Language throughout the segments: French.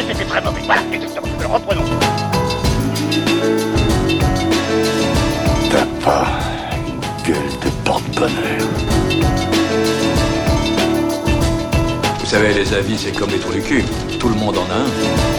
c'était très mauvais. Voilà, exactement. Alors reprenons. T'as pas une gueule de porte-bonheur. Vous savez, les avis, c'est comme les trous du cul. Tout le monde en a un.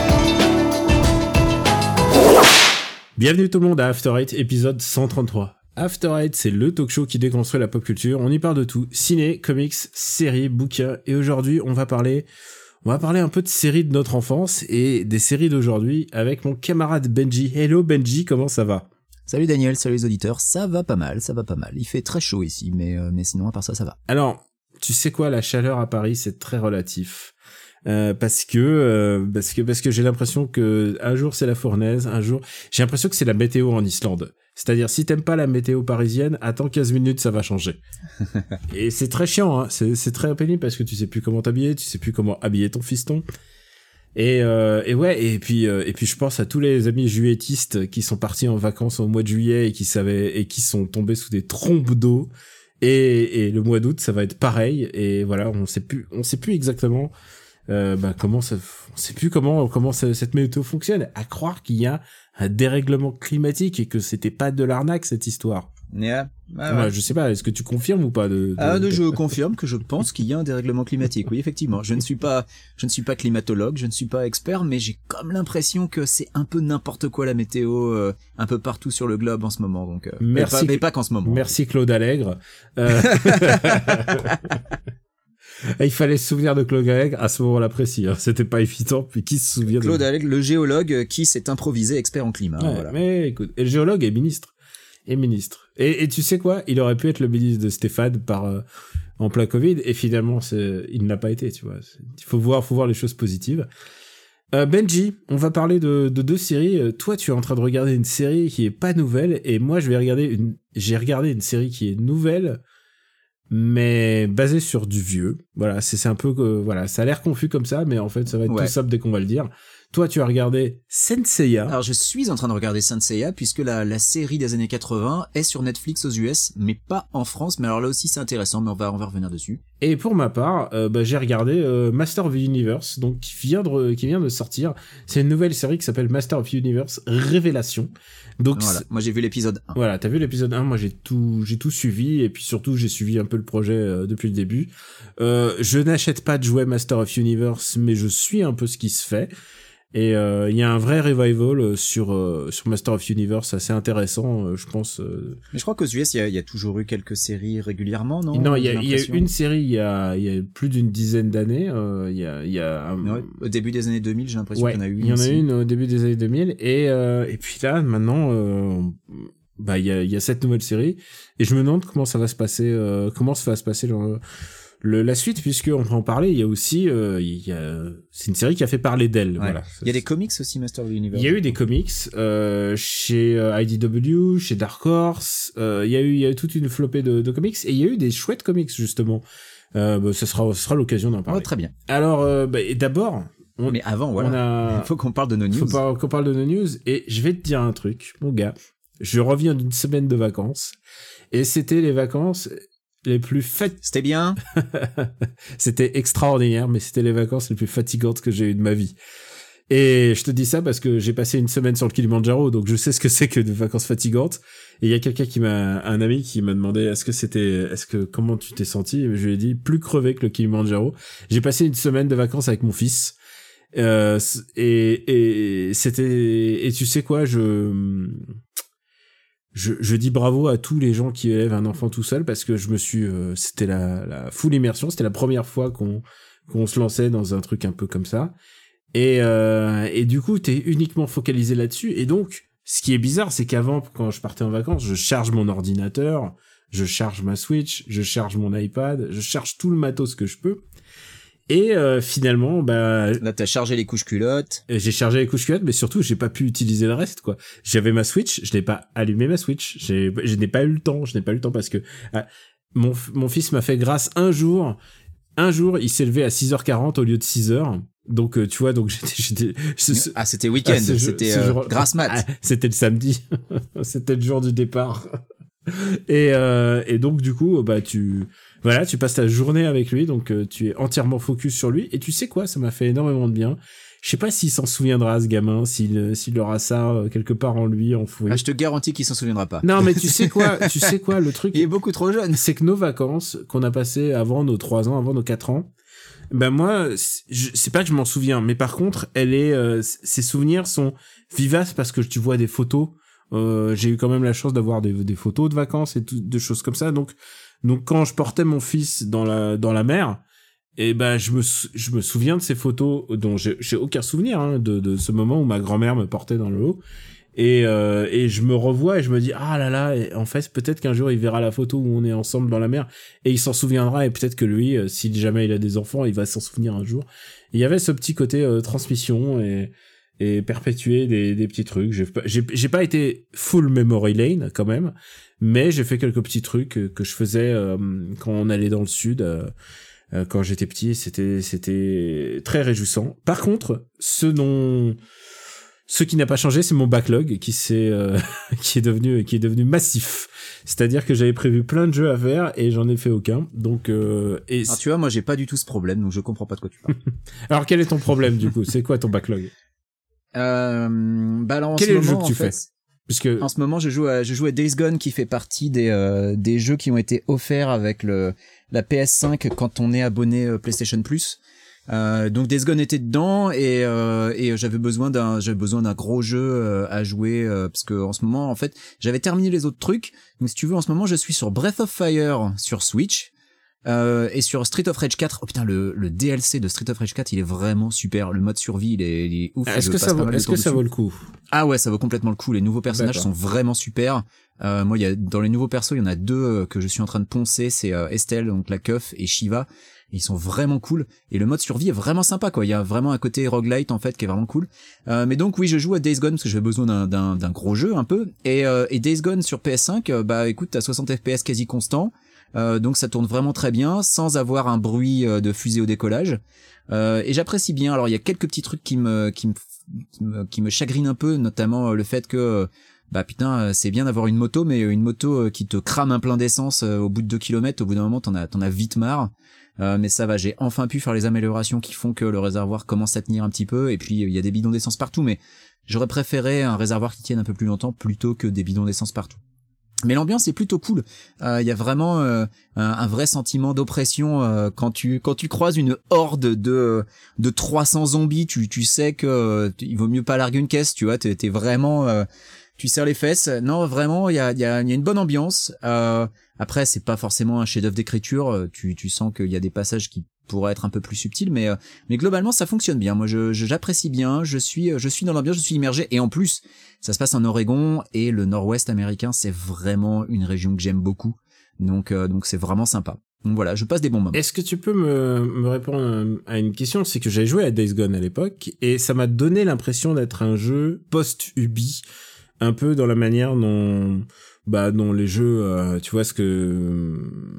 Bienvenue tout le monde à After Eight, épisode 133. After Eight, c'est le talk show qui déconstruit la pop culture. On y parle de tout. Ciné, comics, séries, bouquins. Et aujourd'hui, on va parler un peu de séries de notre enfance et des séries d'aujourd'hui avec mon camarade Benji. Hello Benji, comment ça va? Salut Daniel, salut les auditeurs, ça va pas mal. Il fait très chaud ici, mais sinon à part ça va. Alors, tu sais quoi, la chaleur à Paris, c'est très relatif. Parce que j'ai l'impression que un jour c'est la fournaise, un jour j'ai l'impression que c'est la météo en Islande. C'est-à-dire si t'aimes pas la météo parisienne, attends 15 minutes, ça va changer. Et c'est très chiant, hein. C'est très pénible parce que tu sais plus comment t'habiller, tu sais plus comment habiller ton fiston. Et puis je pense à tous les amis juilletistes qui sont partis en vacances au mois de juillet et qui sont tombés sous des trombes d'eau. Et le mois d'août, ça va être pareil. Et voilà, on sait plus exactement comment ça, on sait plus comment cette météo fonctionne. À croire qu'il y a un dérèglement climatique et que c'était pas de l'arnaque cette histoire. Yeah. Ouais. Je sais pas, est-ce que tu confirmes ou pas Je confirme que je pense qu'il y a un dérèglement climatique. Oui, effectivement. Je ne suis pas climatologue, je ne suis pas expert, mais j'ai comme l'impression que c'est un peu n'importe quoi la météo un peu partout sur le globe en ce moment. Donc merci, mais pas qu'en ce moment. Merci Claude Allègre. Il fallait se souvenir de Claude Allègre à ce moment-là précis. Hein. C'était pas évident. Puis qui se souvient Claude Allègre, le géologue qui s'est improvisé expert en climat. Ouais, voilà. Mais écoute, et le géologue est ministre. Et tu sais quoi, il aurait pu être le ministre de Stéphane en plein Covid, et finalement il n'a pas été, tu vois. Il faut voir les choses positives. Benji, on va parler de deux séries. Toi, tu es en train de regarder une série qui est pas nouvelle, et moi, j'ai regardé une série qui est nouvelle, mais basée sur du vieux. Voilà, c'est un peu voilà, ça a l'air confus comme ça, mais en fait, ça va être tout simple dès qu'on va le dire. Toi, tu as regardé Saint Seiya. Alors, je suis en train de regarder Saint Seiya puisque la série des années 80 est sur Netflix aux US, mais pas en France. Mais alors là aussi, c'est intéressant, mais on va revenir dessus. Et pour ma part, j'ai regardé Master of the Universe, donc qui vient de sortir. C'est une nouvelle série qui s'appelle Master of the Universe Révélation. Donc voilà, moi j'ai vu l'épisode 1. Voilà, t'as vu l'épisode 1, moi j'ai tout suivi, et puis surtout j'ai suivi un peu le projet depuis le début. Je n'achète pas de jouets Master of Universe, mais je suis un peu ce qui se fait. Et il y a un vrai revival sur Master of Universe assez intéressant, je pense. Mais je crois qu'aux US il y a toujours eu quelques séries régulièrement, non? Non, il y a eu une série il y a plus d'une dizaine d'années. Il y a au début des années 2000, j'ai l'impression qu'il y en a eu. Il y en a une au début des années 2000 et puis là maintenant il y a cette nouvelle série et je me demande comment ça va se passer la suite, puisqu'on va en parler. Il y a aussi c'est une série qui a fait parler d'elle. Ouais. Voilà. Il y a des comics aussi, Master of the Universe. Il y a eu des comics chez IDW, chez Dark Horse. Il y a eu toute une flopée de comics, et il y a eu des chouettes comics justement. Ce sera l'occasion d'en parler. Oh, très bien. Alors d'abord, mais avant, voilà, il faut qu'on parle de nos news. Faut qu'on parle de nos news, et je vais te dire un truc, mon gars. Je reviens d'une semaine de vacances, et c'était les vacances les plus C'était bien. C'était extraordinaire, mais c'était les vacances les plus fatigantes que j'ai eues de ma vie. Et je te dis ça parce que j'ai passé une semaine sur le Kilimandjaro, donc je sais ce que c'est que de vacances fatigantes. Et il y a un ami qui m'a demandé comment tu t'es senti? Et je lui ai dit plus crevé que le Kilimandjaro. J'ai passé une semaine de vacances avec mon fils. Et tu sais quoi, je dis bravo à tous les gens qui élèvent un enfant tout seul, parce que c'était la full immersion, c'était la première fois qu'on se lançait dans un truc un peu comme ça. Et du coup, t'es uniquement focalisé là-dessus. Et donc, ce qui est bizarre, c'est qu'avant, quand je partais en vacances, je charge mon ordinateur, je charge ma Switch, je charge mon iPad, je charge tout le matos que je peux. Et finalement, là t'as chargé les couches culottes. J'ai chargé les couches culottes, mais surtout j'ai pas pu utiliser le reste, quoi. J'avais ma Switch, je n'ai pas allumé ma Switch. Je n'ai pas eu le temps parce que mon fils m'a fait grâce un jour. Un jour, il s'est levé à 6h40 au lieu de 6h. Donc tu vois, donc j'étais c'était week-end, c'était grasse mat. C'était le samedi. C'était le jour du départ. Et donc du coup, tu passes ta journée avec lui, donc tu es entièrement focus sur lui. Et tu sais quoi, ça m'a fait énormément de bien. Je sais pas s'il s'en souviendra, ce gamin, s'il aura ça quelque part en lui, enfoui. Ah, je te garantis qu'il s'en souviendra pas. Non, mais tu sais quoi, le truc. Il est beaucoup trop jeune. C'est que nos vacances, qu'on a passées avant nos 3 ans, avant nos 4 ans, ben moi, c'est pas que je m'en souviens, mais par contre, ses souvenirs sont vivaces parce que tu vois des photos. J'ai eu quand même la chance d'avoir des photos de vacances et de choses comme ça. Donc quand je portais mon fils dans la mer, et ben je me souviens de ces photos dont j'ai aucun souvenir de ce moment où ma grand-mère me portait dans le haut. Et je me revois et je me dis ah là là, en fait peut-être qu'un jour il verra la photo où on est ensemble dans la mer et il s'en souviendra, et peut-être que lui si jamais il a des enfants il va s'en souvenir un jour. Et il y avait ce petit côté transmission et perpétuer des petits trucs. J'ai pas été full memory lane quand même, mais j'ai fait quelques petits trucs que je faisais quand on allait dans le sud quand j'étais petit. C'était très réjouissant. Par contre, ce qui n'a pas changé, c'est mon backlog qui est devenu massif. C'est-à-dire que j'avais prévu plein de jeux à faire et j'en ai fait aucun. Donc Alors tu vois, moi j'ai pas du tout ce problème, donc je comprends pas de quoi tu parles. Alors quel est ton problème du coup? C'est quoi ton backlog? Alors quel est le jeu que tu fais? Puisque en ce moment je joue à Days Gone, qui fait partie des jeux qui ont été offerts avec la PS5 quand on est abonné PlayStation Plus. Donc Days Gone était dedans et j'avais besoin d'un gros jeu à jouer parce que en ce moment en fait j'avais terminé les autres trucs. Donc si tu veux, en ce moment je suis sur Breath of Fire sur Switch et sur Street of Rage 4. Oh putain, le DLC de Street of Rage 4 il est vraiment super. Le mode survie il est ouf. Est-ce que ça vaut le coup? Ah ouais, ça vaut complètement le coup. Les nouveaux personnages sont vraiment super. Moi dans les nouveaux persos il y en a 2 que je suis en train de poncer, c'est Estelle, donc la keuf, et Shiva. Ils sont vraiment cool et le mode survie est vraiment sympa quoi. Il y a vraiment un côté roguelite en fait qui est vraiment cool. Mais donc oui, je joue à Days Gone parce que j'avais besoin d'un gros jeu un peu et Days Gone sur PS5 bah écoute, t'as 60 FPS quasi constant. Donc ça tourne vraiment très bien sans avoir un bruit de fusée au décollage. Et j'apprécie bien. Alors il y a quelques petits trucs qui me chagrinent un peu, notamment le fait que bah putain, c'est bien d'avoir une moto, mais une moto qui te crame un plein d'essence au bout de 2 kilomètres, au bout d'un moment t'en as vite marre. Mais ça va, j'ai enfin pu faire les améliorations qui font que le réservoir commence à tenir un petit peu, et puis il y a des bidons d'essence partout, mais j'aurais préféré un réservoir qui tienne un peu plus longtemps plutôt que des bidons d'essence partout. Mais l'ambiance est plutôt cool. Il y a vraiment un vrai sentiment d'oppression quand tu croises une horde de 300 zombies, tu sais que il vaut mieux pas larguer une caisse, tu vois, t'es vraiment tu serres les fesses. Non, vraiment, il y a une bonne ambiance. Après, c'est pas forcément un chef-d'œuvre d'écriture. Tu sens qu'il y a des passages qui pourraient être un peu plus subtils, mais globalement, ça fonctionne bien. Moi, j'apprécie bien. Je suis dans l'ambiance, je suis immergé. Et en plus, ça se passe en Oregon et le Nord-Ouest américain, c'est vraiment une région que j'aime beaucoup. Donc c'est vraiment sympa. Donc voilà, je passe des bons moments. Est-ce que tu peux me répondre à une question? C'est que j'avais joué à Days Gone à l'époque et ça m'a donné l'impression d'être un jeu post-Ubi, un peu dans la manière dont les jeux, tu vois, ce que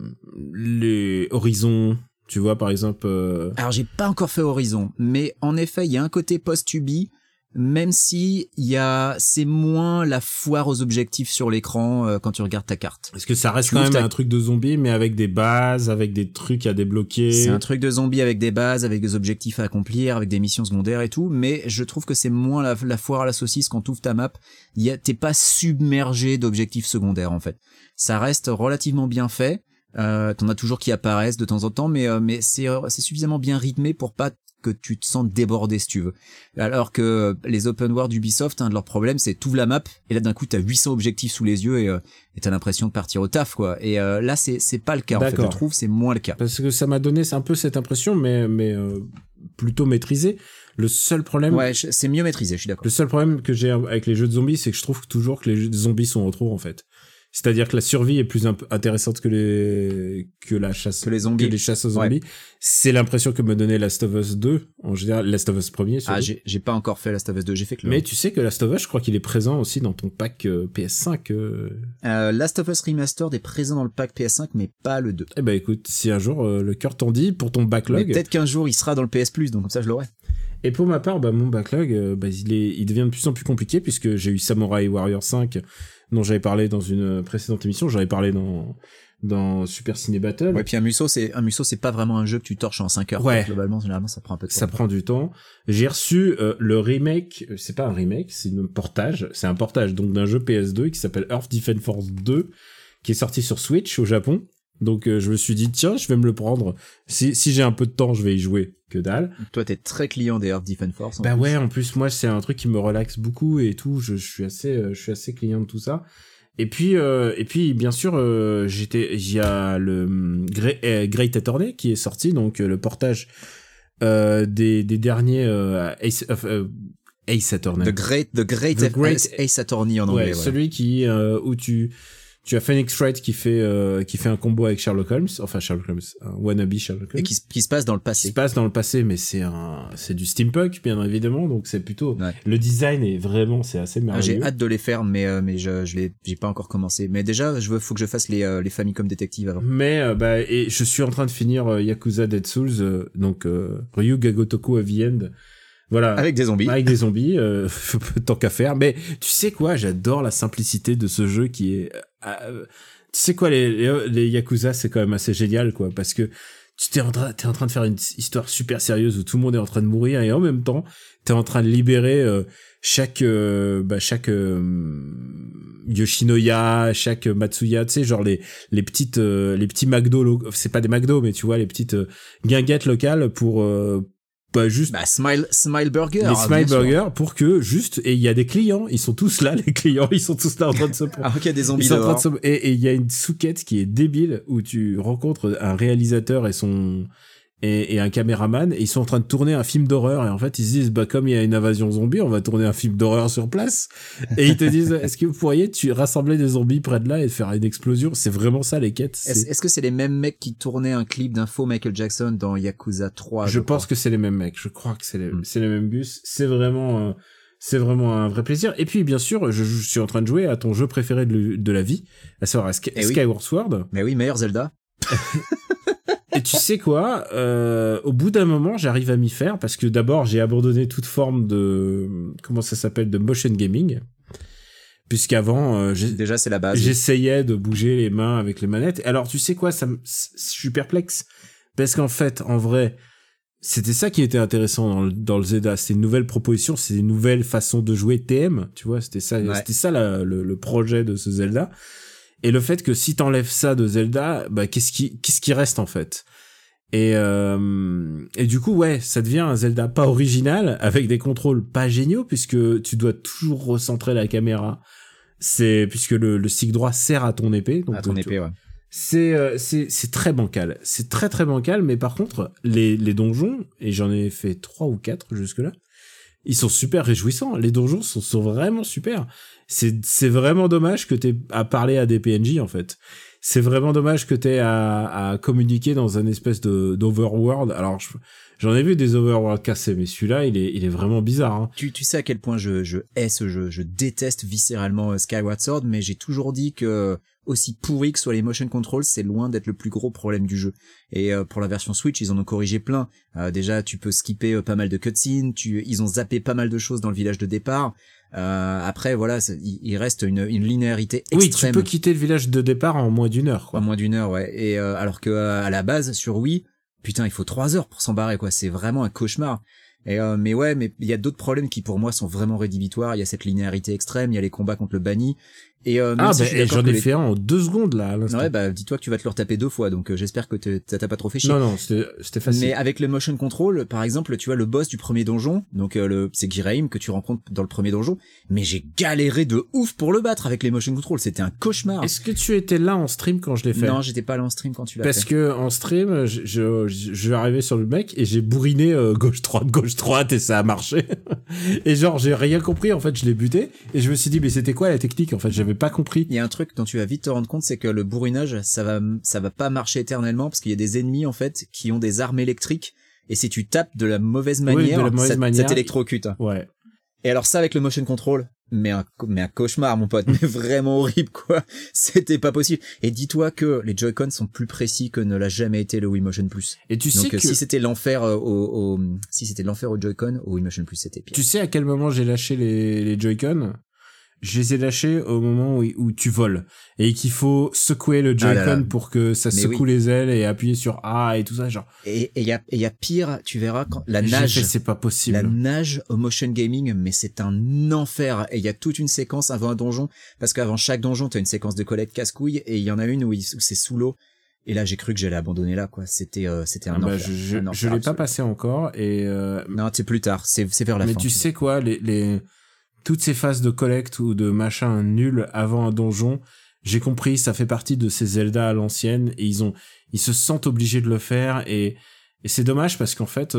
les Horizon, tu vois, par exemple. Alors j'ai pas encore fait Horizon, mais en effet, il y a un côté post-Ubi, même si c'est moins la foire aux objectifs sur l'écran quand tu regardes ta carte. Est-ce que ça reste quand même un truc de zombie, mais avec des bases, avec des trucs à débloquer? C'est un truc de zombie avec des bases, avec des objectifs à accomplir, avec des missions secondaires et tout, mais je trouve que c'est moins la foire à la saucisse quand t'ouvres ta map. T'es pas submergé d'objectifs secondaires en fait. Ça reste relativement bien fait. T'en as toujours qui apparaissent de temps en temps, mais c'est suffisamment bien rythmé pour pas que tu te sens débordé si tu veux. Alors que les open world d'Ubisoft, un de leurs problèmes, c'est t'ouvres la map et là d'un coup t'as 800 objectifs sous les yeux et t'as l'impression de partir au taf quoi. Et là c'est pas le cas en fait, je trouve, c'est moins le cas. Parce que ça m'a donné un peu cette impression, mais plutôt maîtrisée. Le seul problème... Ouais, c'est mieux maîtrisé, je suis d'accord. Le seul problème que j'ai avec les jeux de zombies, c'est que je trouve toujours que les jeux de zombies sont en trop en fait. C'est-à-dire que la survie est plus intéressante que les chasses aux zombies. Ouais. C'est l'impression que me donnait Last of Us 2, en général, Last of Us 1er. Ah, j'ai pas encore fait Last of Us 2, j'ai fait que le... Mais tu sais que Last of Us, je crois qu'il est présent aussi dans ton pack PS5. Last of Us Remastered est présent dans le pack PS5, mais pas le 2. Eh ben écoute, si un jour le cœur t'en dit, pour ton backlog... Mais peut-être qu'un jour il sera dans le PS Plus, donc comme ça je l'aurai. Et pour ma part, mon backlog, il devient de plus en plus compliqué puisque j'ai eu Samurai Warrior 5, dont j'avais parlé dans une précédente émission. J'avais parlé dans Super Ciné Battle. Ouais, puis un Musso, c'est pas vraiment un jeu que tu torches en 5 heures. Ouais. Globalement, généralement, ça prend un peu de temps. Ça prend du temps. J'ai reçu le remake, c'est pas un remake, c'est un portage, donc d'un jeu PS2 qui s'appelle Earth Defense Force 2, qui est sorti sur Switch au Japon. Donc je me suis dit tiens, je vais me le prendre. Si j'ai un peu de temps, je vais y jouer. Que dalle. Toi, t'es très client des Earth Defense Force. Bah ouais, en plus moi c'est un truc qui me relaxe beaucoup et tout. Je suis assez client de tout ça. Et puis bien sûr il y a le Great Attorney qui est sorti, donc le portage des derniers Ace Attorney. The Great Ace Attorney en anglais. Ouais, celui qui où tu as Phoenix Wright qui fait un combo avec Sherlock Holmes, un wannabe Sherlock Holmes. Et qui se passe dans le passé. Qui se passe dans le passé, mais c'est du steampunk, bien évidemment, donc c'est plutôt, le design est vraiment, c'est assez merveilleux. J'ai hâte de les faire, mais j'ai pas encore commencé. Mais déjà, faut que je fasse les Famicom Detective avant. Mais, et je suis en train de finir Yakuza Dead Souls, donc, Ryu Gagotoku à the End. Voilà. Avec des zombies, tant qu'à faire. Mais tu sais quoi, j'adore la simplicité de ce jeu qui est. Tu sais quoi, les Yakuza, c'est quand même assez génial, quoi, parce que t'es en train de faire une histoire super sérieuse où tout le monde est en train de mourir et en même temps t'es en train de libérer chaque Yoshinoya, chaque Matsuya, tu sais, genre les petits McDo, c'est pas des McDo, mais tu vois les petites guinguettes locales pour pas juste Smile Burger, les Smile Burger, pour que juste, et il y a des clients, ils sont tous là, les clients, ils sont tous là en train de se ah ok, des zombies et il y a une souquette qui est débile où tu rencontres un réalisateur et un caméraman, et ils sont en train de tourner un film d'horreur, et en fait ils se disent comme il y a une invasion zombie, on va tourner un film d'horreur sur place, et ils te disent est-ce que vous pourriez rassembler des zombies près de là et faire une explosion. C'est vraiment ça les quêtes. Est-ce que c'est les mêmes mecs qui tournaient un clip d'un faux Michael Jackson dans Yakuza 3? Je pense que c'est les mêmes mecs, je crois que c'est les mêmes gus. C'est vraiment un vrai plaisir. Et puis bien sûr je suis en train de jouer à ton jeu préféré de la vie, à savoir Skyward Sword. Mais oui, meilleur Zelda. Et tu sais quoi, au bout d'un moment, j'arrive à m'y faire parce que d'abord, j'ai abandonné toute forme de motion gaming, puisqu'avant, déjà c'est la base. J'essayais de bouger les mains avec les manettes. Alors tu sais quoi, je suis perplexe parce qu'en fait, en vrai, c'était ça qui était intéressant dans le Zelda. C'était une nouvelle proposition, c'est une nouvelle façon de jouer TM, tu vois. C'était ça le projet de ce Zelda. Et le fait que si t'enlèves ça de Zelda, qu'est-ce qui reste en fait? Et du coup, ouais, ça devient un Zelda pas original, avec des contrôles pas géniaux, puisque tu dois toujours recentrer la caméra. Puisque le stick droit sert à ton épée. Donc à ton épée, ouais. C'est très bancal. C'est très très bancal, mais par contre, les donjons, et j'en ai fait 3 ou 4 jusque-là, ils sont super réjouissants. Les donjons sont vraiment super. C'est vraiment dommage que t'aies à parler à des PNJ, en fait. C'est vraiment dommage que t'aies à communiquer dans un espèce d'overworld. Alors, j'en ai vu des overworld cassés, mais celui-là, il est vraiment bizarre, hein. Tu sais à quel point je hais ce jeu. Je déteste viscéralement Skyward Sword, mais j'ai toujours dit que aussi pourri que soient les motion controls, c'est loin d'être le plus gros problème du jeu. Et pour la version Switch, ils en ont corrigé plein. Déjà, tu peux skipper pas mal de cutscenes, ils ont zappé pas mal de choses dans le village de départ. Après, voilà, il reste une linéarité extrême. Oui, tu peux quitter le village de départ en moins d'1 heure, quoi. En moins d'1 heure, ouais. Et alors que à la base, sur Wii, putain, il faut 3 heures pour s'en barrer, quoi. C'est vraiment un cauchemar. Et mais il y a d'autres problèmes qui pour moi sont vraiment rédhibitoires. Il y a cette linéarité extrême, il y a les combats contre le banni. Et j'en ai fait un en 2 secondes là à l'instant. Ouais, dis-toi que tu vas te le retaper 2 fois, donc j'espère que t'as pas trop fait chier. Non, c'était facile. Mais avec le motion control, par exemple, tu vois le boss du premier donjon, donc c'est Giraim que tu rencontres dans le premier donjon, mais j'ai galéré de ouf pour le battre avec les motion control, c'était un cauchemar. Est-ce que tu étais là en stream quand je l'ai fait? Non, j'étais pas là en stream quand tu l'as fait. Parce que en stream, je arrivé sur le mec et j'ai bourriné gauche droite et ça a marché. Et genre j'ai rien compris, en fait, je l'ai buté et je me suis dit mais c'était quoi la technique, en fait, j'avais pas compris. Il y a un truc dont tu vas vite te rendre compte, c'est que le bourrinage, ça va pas marcher éternellement parce qu'il y a des ennemis en fait qui ont des armes électriques et si tu tapes de la mauvaise manière, ça t'électrocute. Ouais. Et alors ça avec le motion control, mais un cauchemar mon pote, mais vraiment horrible quoi. C'était pas possible. Et dis-toi que les Joy-Con sont plus précis que ne l'a jamais été le Wii Motion Plus. Et tu sais que si c'était l'enfer au Joy-Con, au Wii Motion Plus c'était pire. Tu sais à quel moment j'ai lâché les Joy-Con? je les ai lâchés au moment où tu voles et qu'il faut secouer le Joy-Con pour que ça secoue les ailes et appuyer sur A et tout ça, genre. Et il y a pire, tu verras, quand la J'ai nage. fait, c'est pas possible. La nage au motion gaming, mais c'est un enfer. Et il y a toute une séquence avant un donjon, parce qu'avant chaque donjon, t'as une séquence de collecte casse-couille, et il y en a une où c'est sous l'eau. Et là, j'ai cru que j'allais abandonner là, quoi. C'était un enfer. Je l'ai pas passé encore et non, c'est plus tard. C'est vers la fin. Mais tu sais quoi, toutes ces phases de collecte ou de machin nul avant un donjon, j'ai compris, ça fait partie de ces Zelda à l'ancienne et ils se sentent obligés de le faire et c'est dommage parce qu'en fait,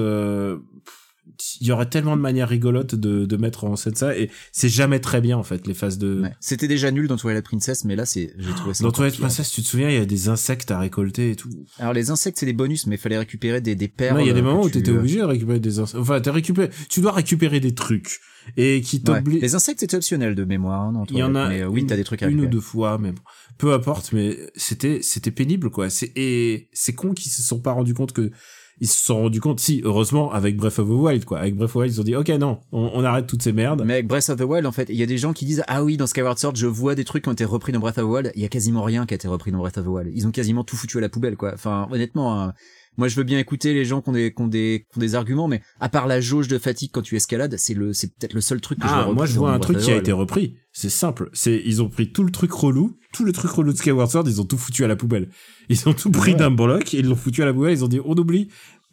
il y aurait tellement de manières rigolotes de mettre en scène ça et c'est jamais très bien en fait les phases de. Ouais. C'était déjà nul dans Twilight Princess, mais là j'ai trouvé ça. Dans Twilight Princess, tu te souviens, il y a des insectes à récolter et tout. Alors les insectes c'est des bonus, mais il fallait récupérer des perles. Non, il y a des moments où t'étais obligé de récupérer des insectes. Enfin, tu dois récupérer des trucs et qui t'obligent. Ouais. Les insectes c'était optionnel de mémoire, hein, dans Twilight, il y en a. Mais oui, t'as des trucs à une récupérer. ou deux fois, mais bon, peu importe. Mais c'était pénible quoi. Et c'est con qu'ils se sont pas rendus compte que. Ils se sont rendus compte, si, heureusement, avec Breath of the Wild, quoi. Avec Breath of the Wild, ils ont dit, ok, non, on arrête toutes ces merdes. Mais avec Breath of the Wild, en fait, il y a des gens qui disent, ah oui, dans Skyward Sword, je vois des trucs qui ont été repris dans Breath of the Wild. Il y a quasiment rien qui a été repris dans Breath of the Wild. Ils ont quasiment tout foutu à la poubelle, quoi. Enfin, honnêtement, moi, je veux bien écouter les gens qui ont des arguments, mais à part la jauge de fatigue quand tu escalades, c'est peut-être le seul truc que je vois. Moi, je vois un truc qui a été repris. C'est simple. Ils ont pris tout le truc relou de Skyward Sword, ils ont tout foutu à la poubelle. Ils ont tout pris d'un bloc et ils l'ont foutu à la poubelle, ils ont dit, on oublie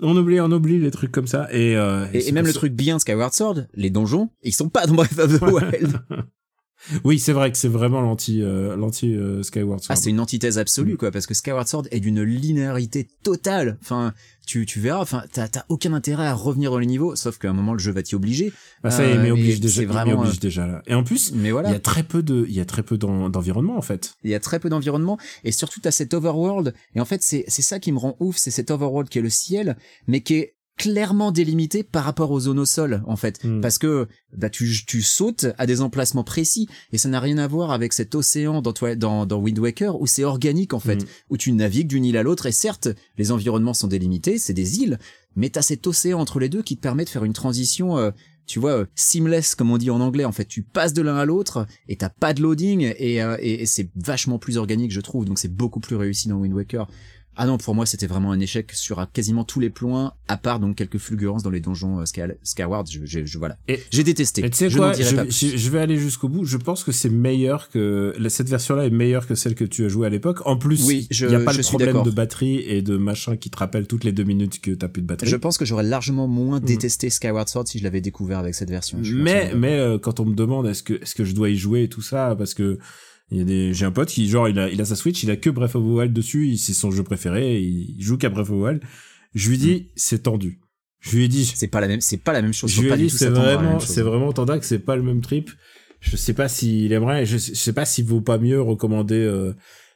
les trucs comme ça et même le truc bien de Skyward Sword, les donjons, ils sont pas dans Breath of the Wild. Oui, c'est vrai que c'est vraiment l'anti Skyward Sword. Ah, c'est une antithèse absolue, quoi, parce que Skyward Sword est d'une linéarité totale. Enfin, tu verras, enfin, t'as aucun intérêt à revenir dans les niveaux, sauf qu'à un moment, le jeu va t'y obliger. Bah, ça, il m'oblige déjà là. Et en plus, mais voilà. Il y a très peu d'environnement, en fait. Il y a très peu d'environnement, et surtout, t'as cet overworld, et en fait, c'est ça qui me rend ouf, c'est cet overworld qui est le ciel, mais qui est clairement délimité par rapport aux zones au sol, en fait. Parce que, bah, tu sautes à des emplacements précis, et ça n'a rien à voir avec cet océan dans Wind Waker, où c'est organique, en fait, où tu navigues d'une île à l'autre, et certes, les environnements sont délimités, c'est des îles, mais t'as cet océan entre les deux qui te permet de faire une transition, tu vois, seamless, comme on dit en anglais, en fait. Tu passes de l'un à l'autre, et t'as pas de loading, et c'est vachement plus organique, je trouve, donc c'est beaucoup plus réussi dans Wind Waker. Ah non, pour moi, c'était vraiment un échec sur quasiment tous les points, à part donc quelques fulgurances dans les donjons Skyward. Voilà. J'ai détesté. Et tu sais quoi, je vais aller jusqu'au bout. Je pense que c'est meilleur cette version-là est meilleure que celle que tu as jouée à l'époque. En plus, oui, il y a pas le problème de batterie et de machin qui te rappelle toutes les 2 minutes que t'as plus de batterie. Je pense que j'aurais largement moins détesté Skyward Sword si je l'avais découvert avec cette version. Mais quand on me demande est-ce que je dois y jouer et tout ça, parce que j'ai un pote qui, genre, il a sa Switch, il a que Breath of the Wild dessus, c'est son jeu préféré, il joue qu'à Breath of the Wild. Je lui dis, c'est tendu. Je lui ai dit, c'est pas la même chose. Je lui ai dit, c'est vraiment tendu, que c'est pas le même trip. Je sais pas s'il aimerait, je sais pas s'il vaut pas mieux recommander,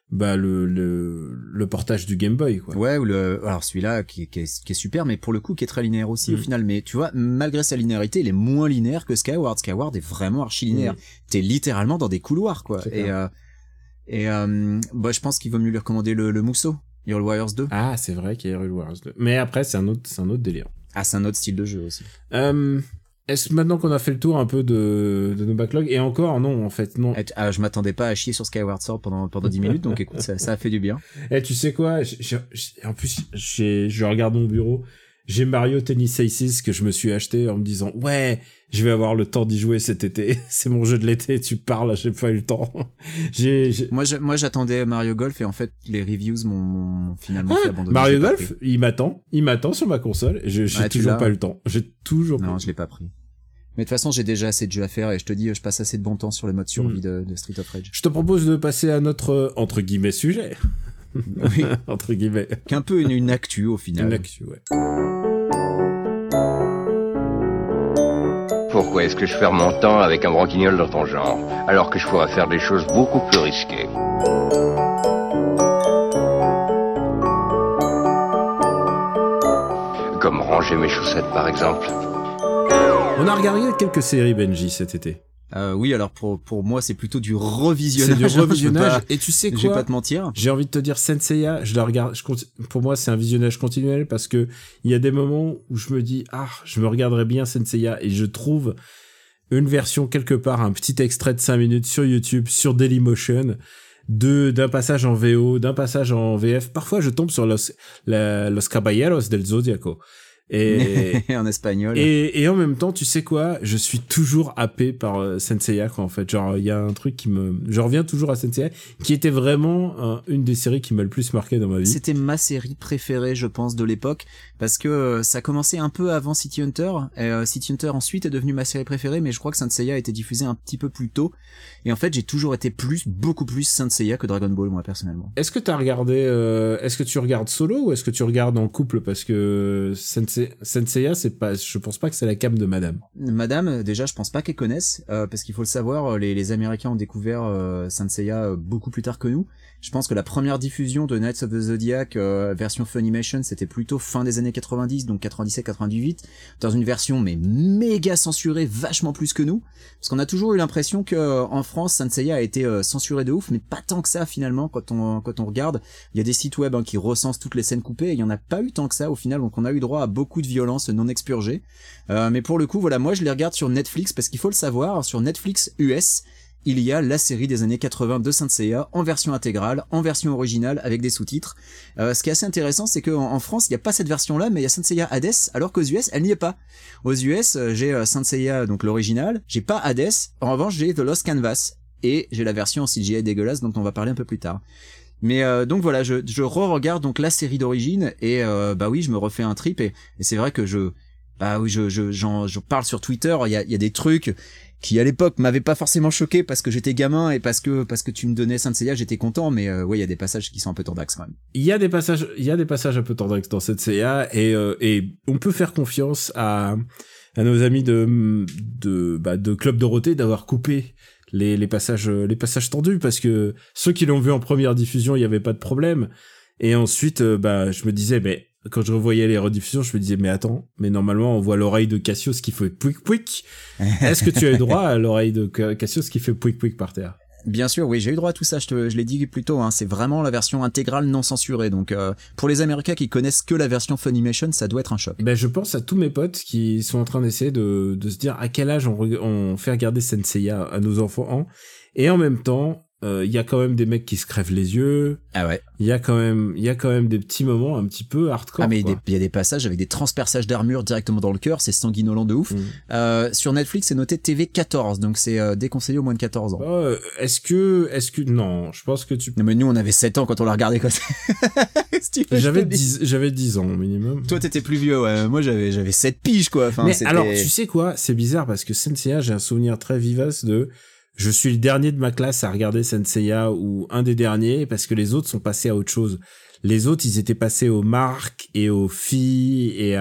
le portage du Game Boy, quoi. Ouais, alors celui-là qui est super, mais pour le coup qui est très linéaire aussi au final. Mais tu vois, malgré sa linéarité, il est moins linéaire que Skyward. Skyward est vraiment archi linéaire. T'es littéralement dans des couloirs, quoi. Je pense qu'il vaut mieux lui recommander le Musso, Hyrule Warriors 2. Ah, c'est vrai qu'il y a Hyrule Warriors 2. Mais après, c'est un autre délire. Ah, c'est un autre style de jeu aussi. Est-ce que maintenant qu'on a fait le tour un peu de nos backlogs, et encore, non, en fait, non. Je m'attendais pas à chier sur Skyward Sword pendant 10 minutes, donc écoute, ça a fait du bien. Tu sais quoi, en plus, je regarde mon bureau, j'ai Mario Tennis Aces que je me suis acheté en me disant, ouais, je vais avoir le temps d'y jouer cet été, c'est mon jeu de l'été, tu parles, j'ai pas eu le temps. Moi, j'attendais Mario Golf, et en fait, les reviews m'ont finalement fait abandonner. Mario Golf, il m'attend sur ma console, et j'ai toujours pas eu le temps. Non, je l'ai pas pris. Mais de toute façon, j'ai déjà assez de jeux à faire, et je te dis, je passe assez de bon temps sur le mode survie de Street of Rage. Je te propose de passer à notre, entre guillemets, sujet. Oui. Entre guillemets. Qu'un peu une actu, au final. Une actu, ouais. Pourquoi est-ce que je perds mon temps avec un branquignol dans ton genre, alors que je pourrais faire des choses beaucoup plus risquées? Comme ranger mes chaussettes, par exemple. On a regardé quelques séries, Benji, cet été. Oui, alors pour moi, c'est plutôt du revisionnage. C'est du revisionnage. Et tu sais quoi? Je vais pas te mentir. J'ai envie de te dire, Senseiya, je la regarde, pour moi, c'est un visionnage continuel parce que il y a des moments où je me dis, je me regarderais bien Senseiya, et je trouve, une version quelque part, un petit extrait de 5 minutes sur YouTube, sur Dailymotion, d'un passage en VO, d'un passage en VF. Parfois, je tombe sur Los Caballeros del Zodiaco. Et en espagnol. Et en même temps, tu sais quoi, je suis toujours happé par Saint-Seiya, quoi, en fait. Genre, il y a un truc je reviens toujours à Saint-Seiya, qui était vraiment une des séries qui m'a le plus marqué dans ma vie. C'était ma série préférée, je pense, de l'époque, parce que ça commençait un peu avant City Hunter, et City Hunter ensuite est devenu ma série préférée, mais je crois que Saint-Seiya a été diffusé un petit peu plus tôt, et en fait, j'ai toujours été beaucoup plus Saint-Seiya que Dragon Ball, moi, personnellement. Est-ce que t'as regardé, est-ce que tu regardes solo, ou est-ce que tu regardes en couple, parce que Saint-Seiya, je pense pas que c'est la cam de madame. Madame, déjà, je pense pas qu'elle connaisse, parce qu'il faut le savoir, les Américains ont découvert Saint-Seiya beaucoup plus tard que nous. Je pense que la première diffusion de Knights of the Zodiac version Funimation, c'était plutôt fin des années 90, donc 97-98, dans une version mais méga censurée, vachement plus que nous, parce qu'on a toujours eu l'impression que en France, Saint-Seiya a été censuré de ouf, mais pas tant que ça finalement quand on regarde. Il y a des sites web qui recensent toutes les scènes coupées, et il y en a pas eu tant que ça au final, donc on a eu droit à beaucoup de violence non expurgée. Mais pour le coup, voilà, moi je les regarde sur Netflix, parce qu'il faut le savoir, sur Netflix US, il y a la série des années 80 de Saint-Seiya en version intégrale, en version originale, avec des sous-titres. Ce qui est assez intéressant, c'est qu'en France, il n'y a pas cette version-là, mais il y a Saint-Seiya Hades, alors qu'aux US, elle n'y est pas. Aux US, j'ai Saint-Seiya, donc l'original, j'ai pas Hades, en revanche, j'ai The Lost Canvas, et j'ai la version en CGI dégueulasse, dont on va parler un peu plus tard. Mais donc voilà, je re-regarde donc la série d'origine, et bah oui, je me refais un trip, et c'est vrai que j'en parle sur Twitter, il y a des trucs qui à l'époque m'avaient pas forcément choqué parce que j'étais gamin et parce que tu me donnais Saint-Seiya, j'étais content, mais ouais, il y a des passages qui sont un peu tordax quand même. Il y a des passages un peu tordax dans Saint-Seiya, et on peut faire confiance à nos amis de Club Dorothée d'avoir coupé les passages tendus, parce que ceux qui l'ont vu en première diffusion, il y avait pas de problème. Et ensuite, je me disais, mais quand je revoyais les rediffusions, je me disais, mais attends, mais normalement, on voit l'oreille de Cassius qui fait pouic pouic. Est-ce que tu as eu droit à l'oreille de Cassius qui fait pouic pouic par terre? Bien sûr, oui, j'ai eu droit à tout ça, je l'ai dit plus tôt, hein, c'est vraiment la version intégrale non censurée, donc pour les Américains qui connaissent que la version Funimation, ça doit être un choc. Je pense à tous mes potes qui sont en train d'essayer de se dire à quel âge on fait regarder Saint-Seiya à nos enfants, et en même temps, il y a quand même des mecs qui se crèvent les yeux. Ah ouais. Il y a quand même des petits moments un petit peu hardcore. Ah mais il y a des passages avec des transperçages d'armure directement dans le cœur, c'est sanguinolent de ouf. Sur Netflix, c'est noté TV 14, donc c'est déconseillé aux moins de 14 ans. Est-ce que non, je pense que tu. Non mais nous on avait 7 ans quand on l'a regardé quoi. J'avais 10 ans minimum. Toi t'étais plus vieux, ouais. Moi j'avais 7 piges quoi. Enfin, mais alors tu sais quoi, c'est bizarre parce que Saint-Seiya, j'ai un souvenir très vivace de. Je suis le dernier de ma classe à regarder Saint-Seiya, ou un des derniers, parce que les autres sont passés à autre chose. Les autres, ils étaient passés aux marques et aux filles et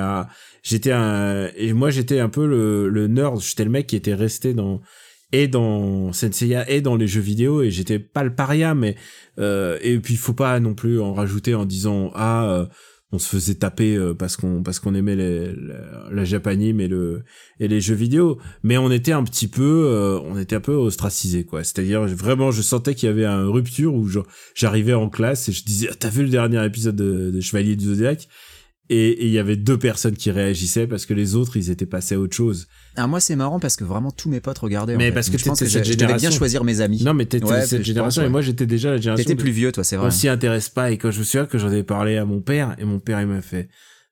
moi j'étais un peu le nerd, j'étais le mec qui était resté dans Saint-Seiya et dans les jeux vidéo, et j'étais pas le paria, mais et puis il faut pas non plus en rajouter en disant on se faisait taper parce qu'on aimait la japanime et les jeux vidéo, mais on était un peu ostracisé quoi. C'est-à-dire vraiment je sentais qu'il y avait une rupture où j'arrivais en classe et je disais t'as vu le dernier épisode de Chevalier du Zodiac, et il y avait 2 personnes qui réagissaient parce que les autres ils étaient passés à autre chose. Alors moi c'est marrant parce que vraiment tous mes potes regardaient. Mais en fait. parce que je pense que cette je devais bien choisir mes amis. Non mais t'étais cette génération, et moi j'étais déjà la génération. T'étais plus vieux toi, c'est vrai. On s'y intéresse pas, et quand je me souviens que j'en ai parlé à mon père, et mon père il m'a fait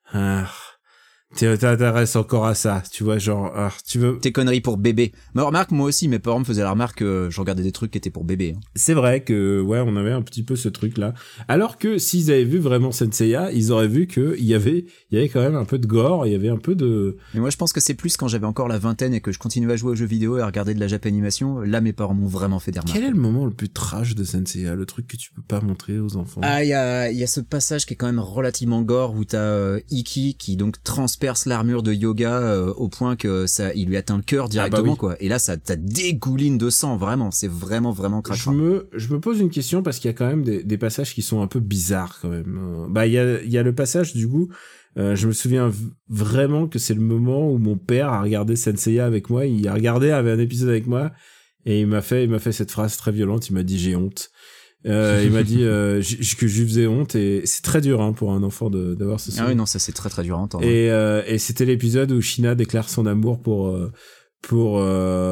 t'intéresses encore à ça, tu vois, genre tu veux tes conneries pour bébé. Mais remarque, moi aussi mes parents me faisaient la remarque que je regardais des trucs qui étaient pour bébé. C'est vrai que ouais, on avait un petit peu ce truc là, alors que s'ils avaient vu vraiment Saint-Seiya, ils auraient vu que il y avait quand même un peu de gore, il y avait un peu de. Mais moi je pense que c'est plus quand j'avais encore la vingtaine et que je continuais à jouer aux jeux vidéo et à regarder de la japanimation, là mes parents m'ont vraiment fait des remarques. Quel est le moment le plus trash de Saint-Seiya, le truc que tu peux pas montrer aux enfants? Ah, il y a ce passage qui est quand même relativement gore où t'as Ikki qui donc transperce l'armure de yoga au point que il lui atteint le cœur directement, quoi. Et là ça dégouline de sang, vraiment, c'est vraiment crachant. Je me pose une question parce qu'il y a quand même des passages qui sont un peu bizarres quand même. Il y a le passage du coup, je me souviens vraiment que c'est le moment où mon père a regardé Saint-Seiya avec moi, avait un épisode avec moi, et il m'a fait cette phrase très violente, il m'a dit j'ai honte. Il m'a dit que je lui faisais honte, et c'est très dur pour un enfant d'avoir ce son. Ah oui, non, ça c'est très dur à entendre. Et c'était l'épisode où Shina déclare son amour pour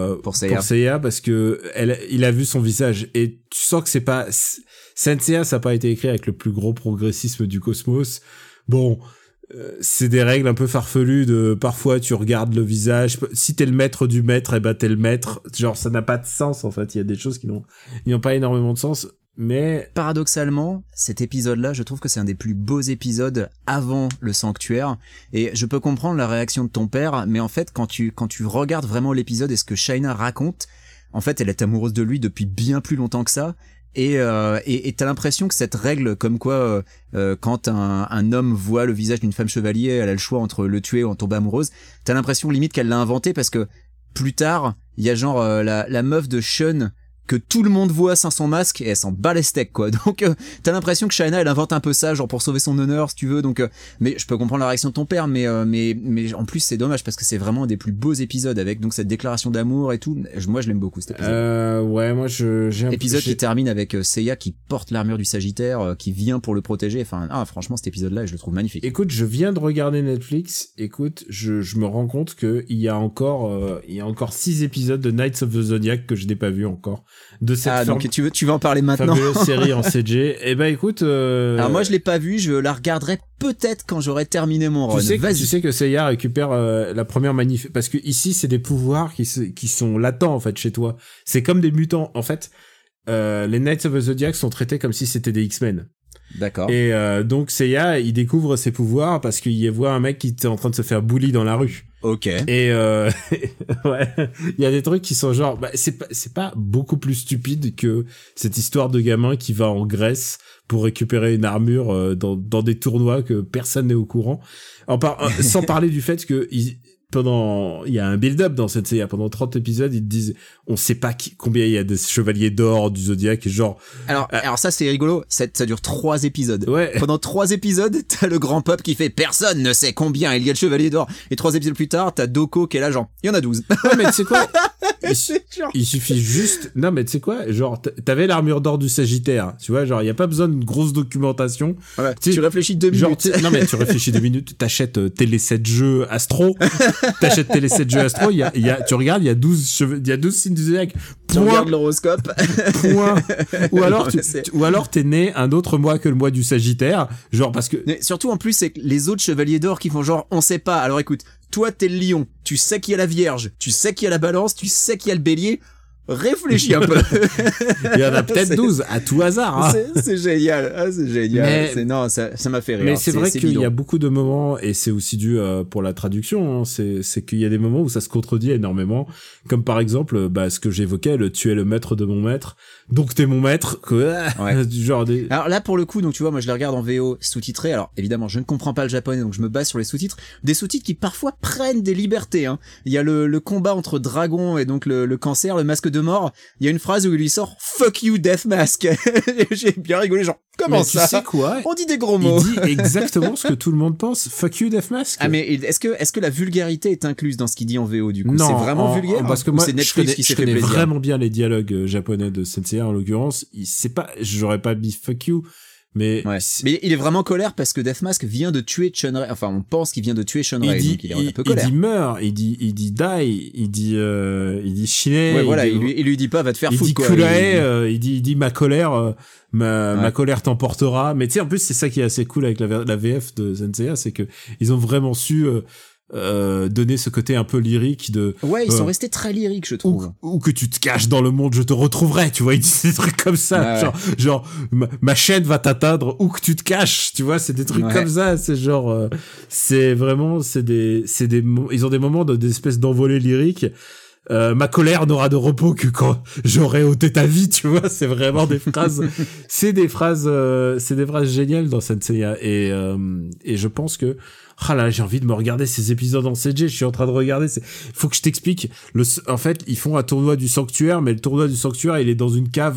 Seiya parce que il a vu son visage et tu sens que c'est pas Senseiya, ça a pas été écrit avec le plus gros progressisme du cosmos. Bon, c'est des règles un peu farfelues de parfois tu regardes le visage, si t'es le maître du maître, et ben t'es le maître, genre ça n'a pas de sens en fait, il y a des choses qui n'ont pas énormément de sens. Mais paradoxalement, cet épisode-là, je trouve que c'est un des plus beaux épisodes avant le sanctuaire. Et je peux comprendre la réaction de ton père, mais en fait, quand tu regardes vraiment l'épisode et ce que Shaina raconte, en fait, elle est amoureuse de lui depuis bien plus longtemps que ça. Et t'as l'impression que cette règle, comme quoi, quand un homme voit le visage d'une femme chevalier, elle a le choix entre le tuer ou en tomber amoureuse. T'as l'impression limite qu'elle l'a inventé parce que plus tard, il y a genre la meuf de Shun que tout le monde voit sans son masque et elle s'en bat les steaks quoi. Donc t'as l'impression que Shaina elle invente un peu ça genre pour sauver son honneur si tu veux. Donc mais je peux comprendre la réaction de ton père mais en plus c'est dommage parce que c'est vraiment un des plus beaux épisodes avec donc cette déclaration d'amour et tout. Moi je l'aime beaucoup cet épisode. Ouais, moi j'ai épisode qui termine avec Seiya qui porte l'armure du Sagittaire qui vient pour le protéger. Enfin franchement cet épisode là je le trouve magnifique. Écoute, je viens de regarder Netflix. Écoute, je me rends compte que il y a encore 6 épisodes de Knights of the Zodiac que je n'ai pas vu encore. De cette donc tu vas en parler maintenant. Fabuleuse série en CG. Eh ben écoute, alors moi je l'ai pas vu, je la regarderai peut-être quand j'aurai terminé mon run. Tu sais que Seiya récupère la première manif parce que ici c'est des pouvoirs qui sont latents en fait chez toi. C'est comme des mutants en fait. Les Knights of the Zodiac sont traités comme si c'était des X-Men. D'accord. Et donc Seiya, il découvre ses pouvoirs parce qu'il y voit un mec qui était en train de se faire bully dans la rue. Ok. Et ouais, il y a des trucs qui sont genre c'est pas beaucoup plus stupide que cette histoire de gamin qui va en Grèce pour récupérer une armure dans des tournois que personne n'est au courant. Sans parler du fait que il y a un build-up dans cette série. Pendant 30 épisodes, ils te disent, on sait pas combien il y a de chevaliers d'or du Zodiac, genre. Alors ça, c'est rigolo. Ça dure 3 épisodes. Ouais. Pendant 3 épisodes, t'as le grand peuple qui fait, personne ne sait combien il y a de chevaliers d'or. Et 3 épisodes plus tard, t'as Doko qui est là, genre, il y en a 12. Ouais, mais tu sais quoi? Il suffit juste, non, mais tu sais quoi? Genre, t'avais l'armure d'or du Sagittaire. Tu vois, genre, il y a pas besoin d'une grosse documentation. Ouais, tu réfléchis 2 minutes. Non, mais tu réfléchis 2 minutes, t'achètes Télé 7 jeux Astro. T'achètes Télé 7 jeux Astro, tu regardes, il y a 12 signes du Zodiac. Tu regardes l'horoscope. Point. Ou alors t'es né un autre mois que le mois du Sagittaire, genre parce que. Mais surtout en plus c'est que les autres chevaliers d'or qui font genre on sait pas. Alors écoute, toi t'es le lion, tu sais qu'il y a la Vierge, tu sais qu'il y a la Balance, tu sais qu'il y a le Bélier. Réfléchis un peu. Il y en a peut-être 12 à tout hasard. Hein. C'est génial. Ah, c'est génial. Non, ça m'a fait rire. Mais c'est vrai qu'il y a beaucoup de moments, et c'est aussi dû pour la traduction, hein, c'est qu'il y a des moments où ça se contredit énormément. Comme par exemple, ce que j'évoquais, tu es le maître de mon maître, donc t'es mon maître. Ouais. Genre Alors là, pour le coup, donc tu vois, moi je les regarde en VO sous-titré. Alors évidemment, je ne comprends pas le japonais, donc je me base sur les sous-titres. Des sous-titres qui parfois prennent des libertés. Hein. Il y a le combat entre Dragon et donc le cancer, le masque de mort. Il y a une phrase où il lui sort fuck you Death Mask. J'ai bien rigolé, genre comment ça? Tu sais quoi? On dit des gros mots. Il dit exactement ce que tout le monde pense. Fuck you Death Mask. Ah mais est-ce que la vulgarité est incluse dans ce qu'il dit en VO du coup? Non, c'est vraiment vulgaire parce que moi c'est Netflix qui s'est fait plaisir. Je connais vraiment bien les dialogues japonais de Senseiya en l'occurrence. J'aurais pas mis fuck you. Mais il est vraiment colère parce que Death Mask vient de tuer Chun-Rei. Enfin, on pense qu'il vient de tuer Chun-Rei, donc il est un peu colère. Il dit meurt, il dit die, il dit chiner. Ouais, voilà, il lui dit pas va te faire foutre, quoi. Il dit ma colère, ma colère t'emportera. Mais tu sais, en plus, c'est ça qui est assez cool avec la VF de Senseiya, c'est que ils ont vraiment su, donner ce côté un peu lyrique de ils sont restés très lyriques je trouve ou que tu te caches dans le monde je te retrouverai, tu vois, ils disent des trucs comme ça, genre ma chaîne va t'atteindre où que tu te caches, tu vois, c'est des trucs comme ça, c'est genre c'est vraiment ils ont des moments d'espèce d'envolée lyrique. Ma colère n'aura de repos que quand j'aurai ôté ta vie, tu vois, c'est vraiment des phrases, c'est des phrases géniales dans Senseiya et je pense que j'ai envie de me regarder ces épisodes en CG, je suis en train de regarder, faut que je t'explique, en fait, ils font un tournoi du sanctuaire, mais le tournoi du sanctuaire, il est dans une cave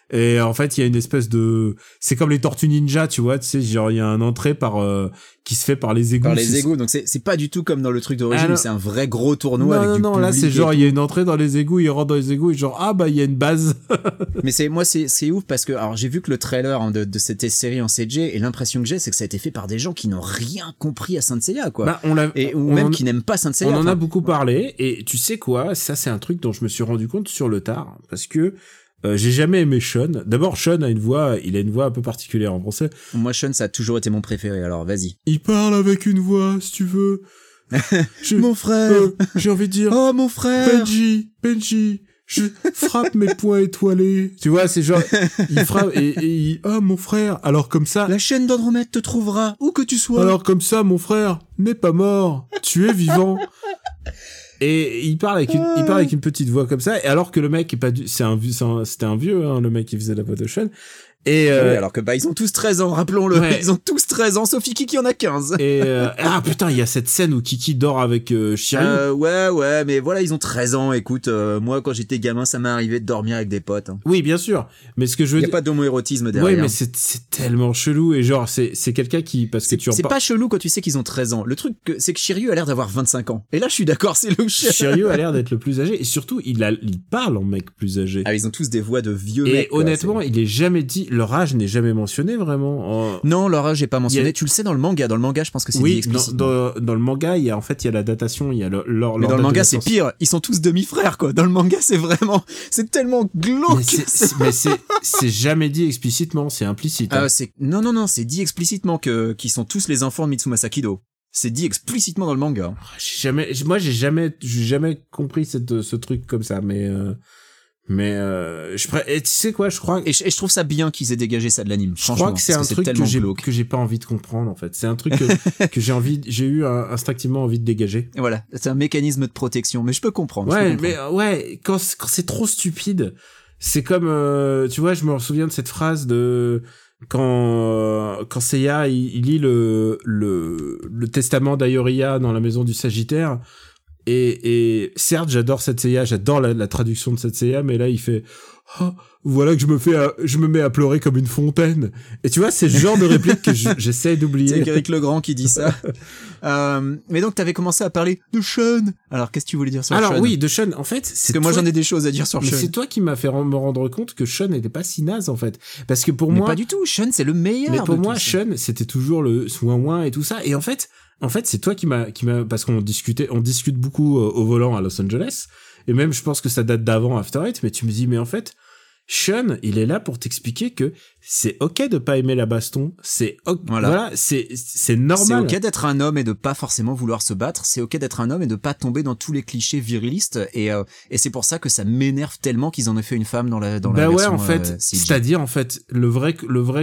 Et en fait, il y a une espèce de, c'est comme les Tortues Ninja, tu vois, tu sais, genre il y a un entrée qui se fait par les égouts. Par les égouts, donc c'est pas du tout comme dans le truc d'origine, où c'est un vrai gros tournoi avec du public. Non, là c'est genre il y a une entrée dans les égouts, il rentre dans les égouts et genre il y a une base. Mais c'est ouf parce que alors j'ai vu que le trailer de cette série en CG et l'impression que j'ai c'est que ça a été fait par des gens qui n'ont rien compris à Saint Seiya quoi. Ou qui n'aiment pas Saint Seiya. On en a beaucoup parlé et tu sais quoi, ça c'est un truc dont je me suis rendu compte sur le tard parce que j'ai jamais aimé Sean. D'abord, Sean a une voix un peu particulière en français. Moi, Sean, ça a toujours été mon préféré, alors vas-y. Il parle avec une voix, si tu veux. Mon frère! J'ai envie de dire. Oh, mon frère! Benji, je frappe mes poings étoilés. Tu vois, c'est genre, il frappe et mon frère. Alors comme ça. La chaîne d'Andromède te trouvera, où que tu sois. Alors comme ça, mon frère n'est pas mort. Tu es vivant. Et il parle avec une petite voix comme ça, et alors que le mec est pas c'était un vieux, hein, le mec qui faisait la voix de Sean. Et oui, alors que ils ont tous 13 ans, rappelons-le. Ouais. Ils ont tous 13 ans, sauf Kiki en a 15. Et putain, il y a cette scène où Kiki dort avec Shiryu. Ouais, mais voilà, ils ont 13 ans. Écoute, moi quand j'étais gamin, ça m'est arrivé de dormir avec des potes. Hein. Oui, bien sûr. Mais ce que je veux dire, il y a pas d'homoérotisme derrière. Oui, mais c'est tellement chelou et genre c'est quelqu'un qui que tu c'est pas chelou quand tu sais qu'ils ont 13 ans. Le truc c'est que Shiryu a l'air d'avoir 25 ans. Et là, je suis d'accord, c'est louche. Shiryu a l'air d'être le plus âgé et surtout il parle en mec plus âgé. Ah, ils ont tous des voix de vieux mecs. Et honnêtement, il est jamais dit, leur âge n'est jamais mentionné vraiment. Non, leur âge est pas mentionné. Tu le sais dans le manga. Dans le manga, je pense que c'est dit explicitement. Dans le manga, il y a la datation, il y a leur. Mais dans le manga, c'est pire. Ils sont tous demi-frères, quoi. Dans le manga, c'est tellement glauque. Mais c'est jamais dit explicitement, c'est implicite. Hein. Non, c'est dit explicitement qu'ils sont tous les enfants de Mitsumasa Kido. C'est dit explicitement dans le manga. J'ai jamais compris ce truc comme ça, mais et tu sais quoi, je crois et je trouve ça bien qu'ils aient dégagé ça de l'anime. Je crois que c'est un truc que j'ai pas envie de comprendre en fait. C'est un truc que j'ai eu instinctivement envie de dégager. Et voilà, c'est un mécanisme de protection, mais je peux comprendre. Mais quand c'est trop stupide, c'est comme tu vois, je me souviens de cette phrase de quand Seiya il lit le testament d'Aioriya dans la maison du Sagittaire. Et certes, j'adore Seiya, j'adore la traduction de Seiya, mais là il fait voilà que je me mets à pleurer comme une fontaine. Et tu vois, c'est le genre de réplique que j'essaie d'oublier. C'est Eric Legrand qui dit ça. Mais donc t'avais commencé à parler de Sean. Alors qu'est-ce que tu voulais dire sur Sean? Alors oui, de Sean. En fait, c'est que moi j'en ai des choses à dire sur Sean. Mais c'est toi qui m'as fait me rendre compte que Sean n'était pas si naze en fait. Parce que pour moi, pas du tout. Sean c'est le meilleur. Mais pour moi, Sean c'était toujours le ouin-ouin et tout ça. Et en fait, c'est toi qui m'a parce qu'on discute beaucoup au volant à Los Angeles. Et même, je pense que ça date d'avant After Eight, mais tu me dis, mais en fait, Sean, il est là pour t'expliquer que c'est ok de pas aimer la baston, c'est voilà, c'est normal. C'est ok d'être un homme et de pas forcément vouloir se battre, c'est ok d'être un homme et de pas tomber dans tous les clichés virilistes et c'est pour ça que ça m'énerve tellement qu'ils en aient fait une femme dans la version ouais, en fait, c'est-à-dire en fait, le vrai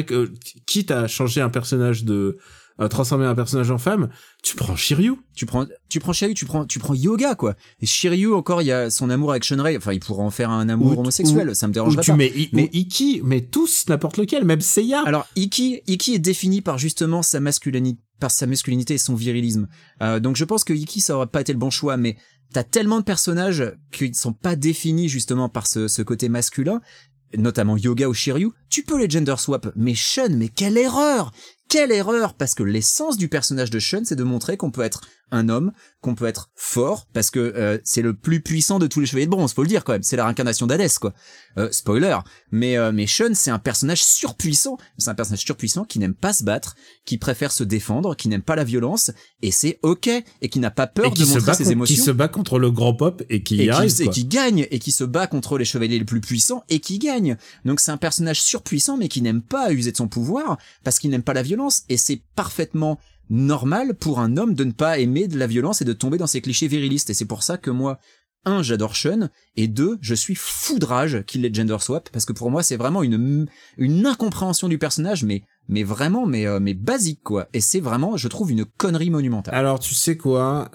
quitte à changer un personnage transformer un personnage en femme, tu prends Shiryu. Tu prends Shiryu, tu prends Yoga, quoi. Et Shiryu, encore, il y a son amour avec Shunrei. Enfin, il pourra en faire un amour homosexuel. Ça me dérangerait pas. Mais Ikki, mais tous, n'importe lequel, même Seiya. Alors, Ikki est défini par justement sa masculinité et son virilisme. Donc, je pense que Ikki, ça aurait pas été le bon choix, mais t'as tellement de personnages qui ne sont pas définis justement par ce côté masculin, notamment Yoga ou Shiryu. Tu peux les gender swap, mais Sean, mais quelle erreur! Quelle erreur! Parce que l'essence du personnage de Sean, c'est de montrer qu'on peut être un homme, qu'on peut être fort, parce que c'est le plus puissant de tous les chevaliers de bronze, faut le dire quand même. C'est la réincarnation d'Hadès, quoi. Spoiler. Mais Sean, c'est un personnage surpuissant. C'est un personnage surpuissant qui n'aime pas se battre, qui préfère se défendre, qui n'aime pas la violence, et c'est ok, et qui n'a pas peur de montrer ses émotions. Qui se bat contre le grand pop et qui y arrive, quoi. Et qui gagne, et qui se bat contre les chevaliers les plus puissants et qui gagne. Donc c'est un personnage surpuissant mais qui n'aime pas user de son pouvoir parce qu'il n'aime pas la violence, et c'est parfaitement normal pour un homme de ne pas aimer de la violence et de tomber dans ces clichés virilistes. Et c'est pour ça que moi, 1, j'adore Sean, et 2, je suis foudrage qu'il les gender swap, parce que pour moi c'est vraiment une incompréhension du personnage, mais vraiment mais basique, quoi. Et c'est vraiment, je trouve, une connerie monumentale. Alors tu sais quoi,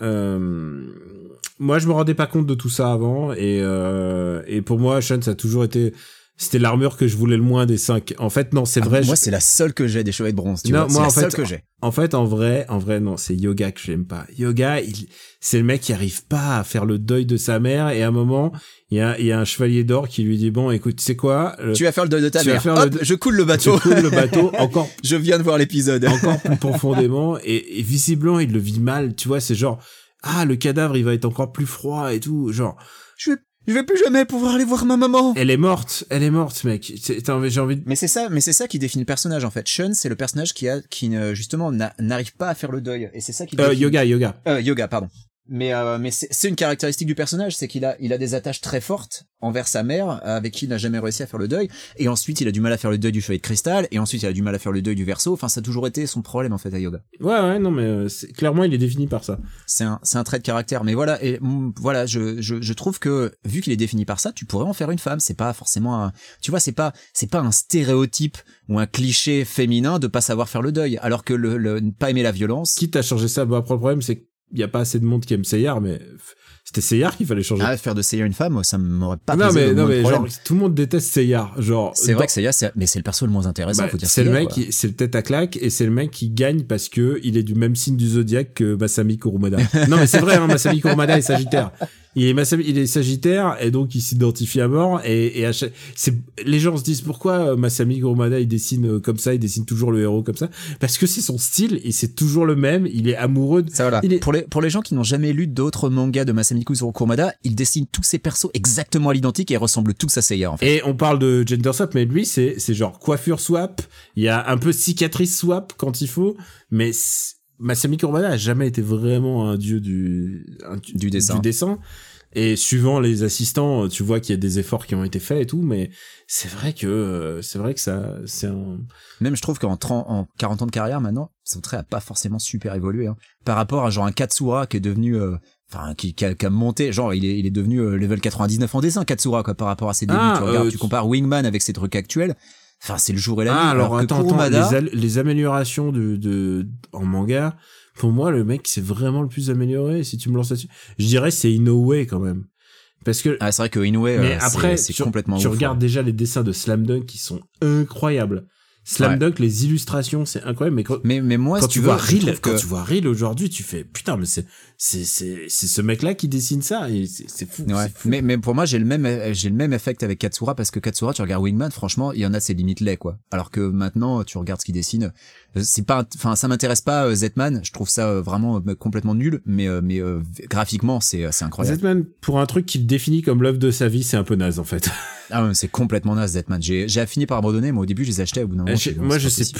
moi je me rendais pas compte de tout ça avant, et pour moi Sean, ça a toujours été C'était l'armure que je voulais le moins des 5. En fait, non, c'est vrai. Moi, c'est la seule que j'ai des chevaliers de bronze. Tu Non, vois, moi, c'est la seule que j'ai. En fait, en vrai, non, c'est Yoga que j'aime pas. Yoga, c'est le mec qui arrive pas à faire le deuil de sa mère, et à un moment, il y a un chevalier d'or qui lui dit, bon, écoute, tu sais quoi? Tu vas faire le deuil de ta tu vas mère. faire Hop, je coule le bateau. Je coule le bateau, encore, Je viens de voir l'épisode. encore plus profondément, et visiblement, il le vit mal, tu vois, c'est genre, le cadavre, il va être encore plus froid et tout, genre. Je vais plus jamais pouvoir aller voir ma maman. Elle est morte, mec. J'ai envie de... Mais c'est ça qui définit le personnage, en fait. Shun, c'est le personnage qui justement, n'arrive pas à faire le deuil. Et c'est ça qui définit... Yoga, pardon. Mais c'est une caractéristique du personnage, c'est qu'il a des attaches très fortes envers sa mère, avec qui il n'a jamais réussi à faire le deuil, et ensuite il a du mal à faire le deuil du chevalier de cristal, et ensuite il a du mal à faire le deuil du Verseau. Enfin, ça a toujours été son problème, en fait, à Yoga. Ouais, non, mais clairement il est défini par ça. C'est un trait de caractère, mais voilà, et voilà, je trouve que vu qu'il est défini par ça, tu pourrais en faire une femme. C'est pas forcément tu vois, c'est pas un stéréotype ou un cliché féminin de pas savoir faire le deuil, alors que le ne pas aimer la violence. Quitte à changer ça, après le problème c'est il y a pas assez de monde qui aime Seyar, mais c'était Seyar qu'il fallait changer. Faire de Seyar une femme, ça m'aurait pas non, posé mais genre, tout le monde déteste Seyar, genre. C'est vrai que Seyar, mais c'est le perso le moins intéressant, faut dire. C'est le mec c'est le tête à claque, et c'est le mec qui gagne parce que il est du même signe du zodiaque que Masami Kurumada. Non, mais c'est vrai, hein, Masami Kurumada est Sagittaire. Il est Sagittaire, et donc il s'identifie à mort, et les gens se disent pourquoi Masami Kurumada il dessine comme ça, il dessine toujours le héros comme ça, parce que c'est son style, et c'est toujours le même, il est amoureux de... Ça, voilà. Pour les gens qui n'ont jamais lu d'autres mangas de Masami Kurumada, il dessine tous ses persos exactement à l'identique et ressemblent tous à Seiya, en fait. Et on parle de gender swap, mais lui c'est genre coiffure swap, il y a un peu cicatrice swap quand il faut, mais Masami Kurumada a jamais été vraiment un dieu du dessin. Et suivant les assistants, tu vois qu'il y a des efforts qui ont été faits et tout, mais c'est vrai que ça, c'est un... Même je trouve qu'en 40 ans de carrière maintenant, son trait a pas forcément super évolué, hein. Par rapport à genre un Katsura qui est devenu, qui a monté, genre il est devenu level 99 en dessin, Katsura, quoi, par rapport à ses débuts. Tu compares Wingman avec ses trucs actuels. Enfin, c'est le jour et la nuit. Alors attends, les améliorations en manga, pour moi, le mec, c'est vraiment le plus amélioré. Si tu me lances là-dessus, je dirais c'est Inoue quand même. Parce que c'est vrai que Inoue, mais après, c'est complètement tu ouf, regardes déjà les dessins de Slam Dunk qui sont incroyables. Slam Dunk, les illustrations, c'est incroyable. Mais moi, quand tu vois Reel aujourd'hui, tu fais putain, mais c'est ce mec-là qui dessine ça, et c'est fou. Ouais. C'est fou. Mais pour moi, j'ai le même effect avec Katsura, parce que Katsura, tu regardes Wingman, franchement, il y en a ses limites laid, quoi. Alors que maintenant, tu regardes ce qu'il dessine, ça m'intéresse pas, Zetman, je trouve ça vraiment complètement nul, mais graphiquement, c'est incroyable. Zetman, pour un truc qu'il définit comme l'œuvre de sa vie, c'est un peu naze, en fait. Ah ouais, c'est complètement naze, Zetman. J'ai fini par abandonner, mais au début, je les achetais, au bout d'un moment. Moi, je sais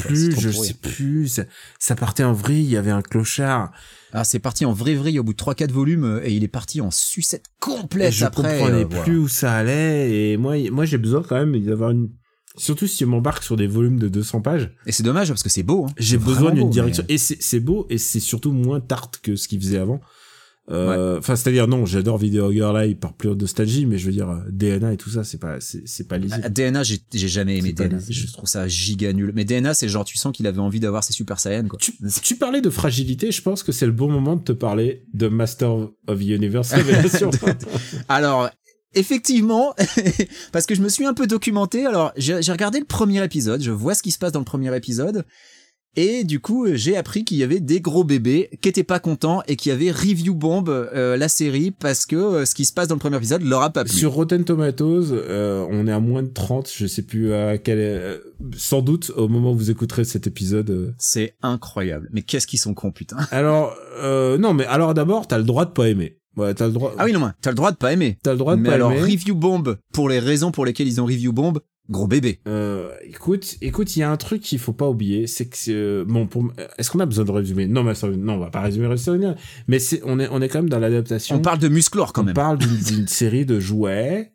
plus. Ça partait en vrille, il y avait un clochard. Ah, c'est parti en vrille au bout de 3-4 volumes, et il est parti en sucette complète après. Je comprenais plus où ça allait, et moi, j'ai besoin quand même d'avoir surtout si je m'embarque sur des volumes de 200 pages. Et c'est dommage, parce que c'est beau, hein. J'ai besoin d'une direction. Mais... Et c'est beau, et c'est surtout moins tarte que ce qu'il faisait avant. Enfin, c'est-à-dire, non, j'adore Video Girl Eye par pure nostalgie, mais je veux dire, DNA et tout ça, c'est pas lisible. DNA, j'ai jamais aimé DNA. Je trouve ça giga nul. Mais DNA, c'est genre, tu sens qu'il avait envie d'avoir ses Super Saiyan, quoi. Tu parlais de fragilité, je pense que c'est le bon moment de te parler de Master of the Universe Révélation. Alors, effectivement, parce que je me suis un peu documenté. Alors, j'ai regardé le premier épisode, je vois ce qui se passe dans le premier épisode. Et du coup, j'ai appris qu'il y avait des gros bébés qui étaient pas contents et qui avaient review bomb la série parce que ce qui se passe dans le premier épisode leur a pas plu. Sur Rotten Tomatoes, on est à moins de 30, je sais plus à quel... sans doute au moment où vous écouterez cet épisode. C'est incroyable. Mais qu'est-ce qu'ils sont cons, putain. Alors, non, mais alors d'abord, t'as le droit de pas aimer. Ouais, t'as le droit. Ah oui, non, t'as le droit de pas aimer. T'as le droit de mais pas alors, aimer. Review bomb pour les raisons pour lesquelles ils ont review bomb. Gros bébé. Écoute, il y a un truc qu'il faut pas oublier, c'est que est-ce qu'on a besoin de résumer? Non, on va pas résumer, mais on est quand même dans l'adaptation. On parle de Musclor quand même. On parle d'une série de jouets,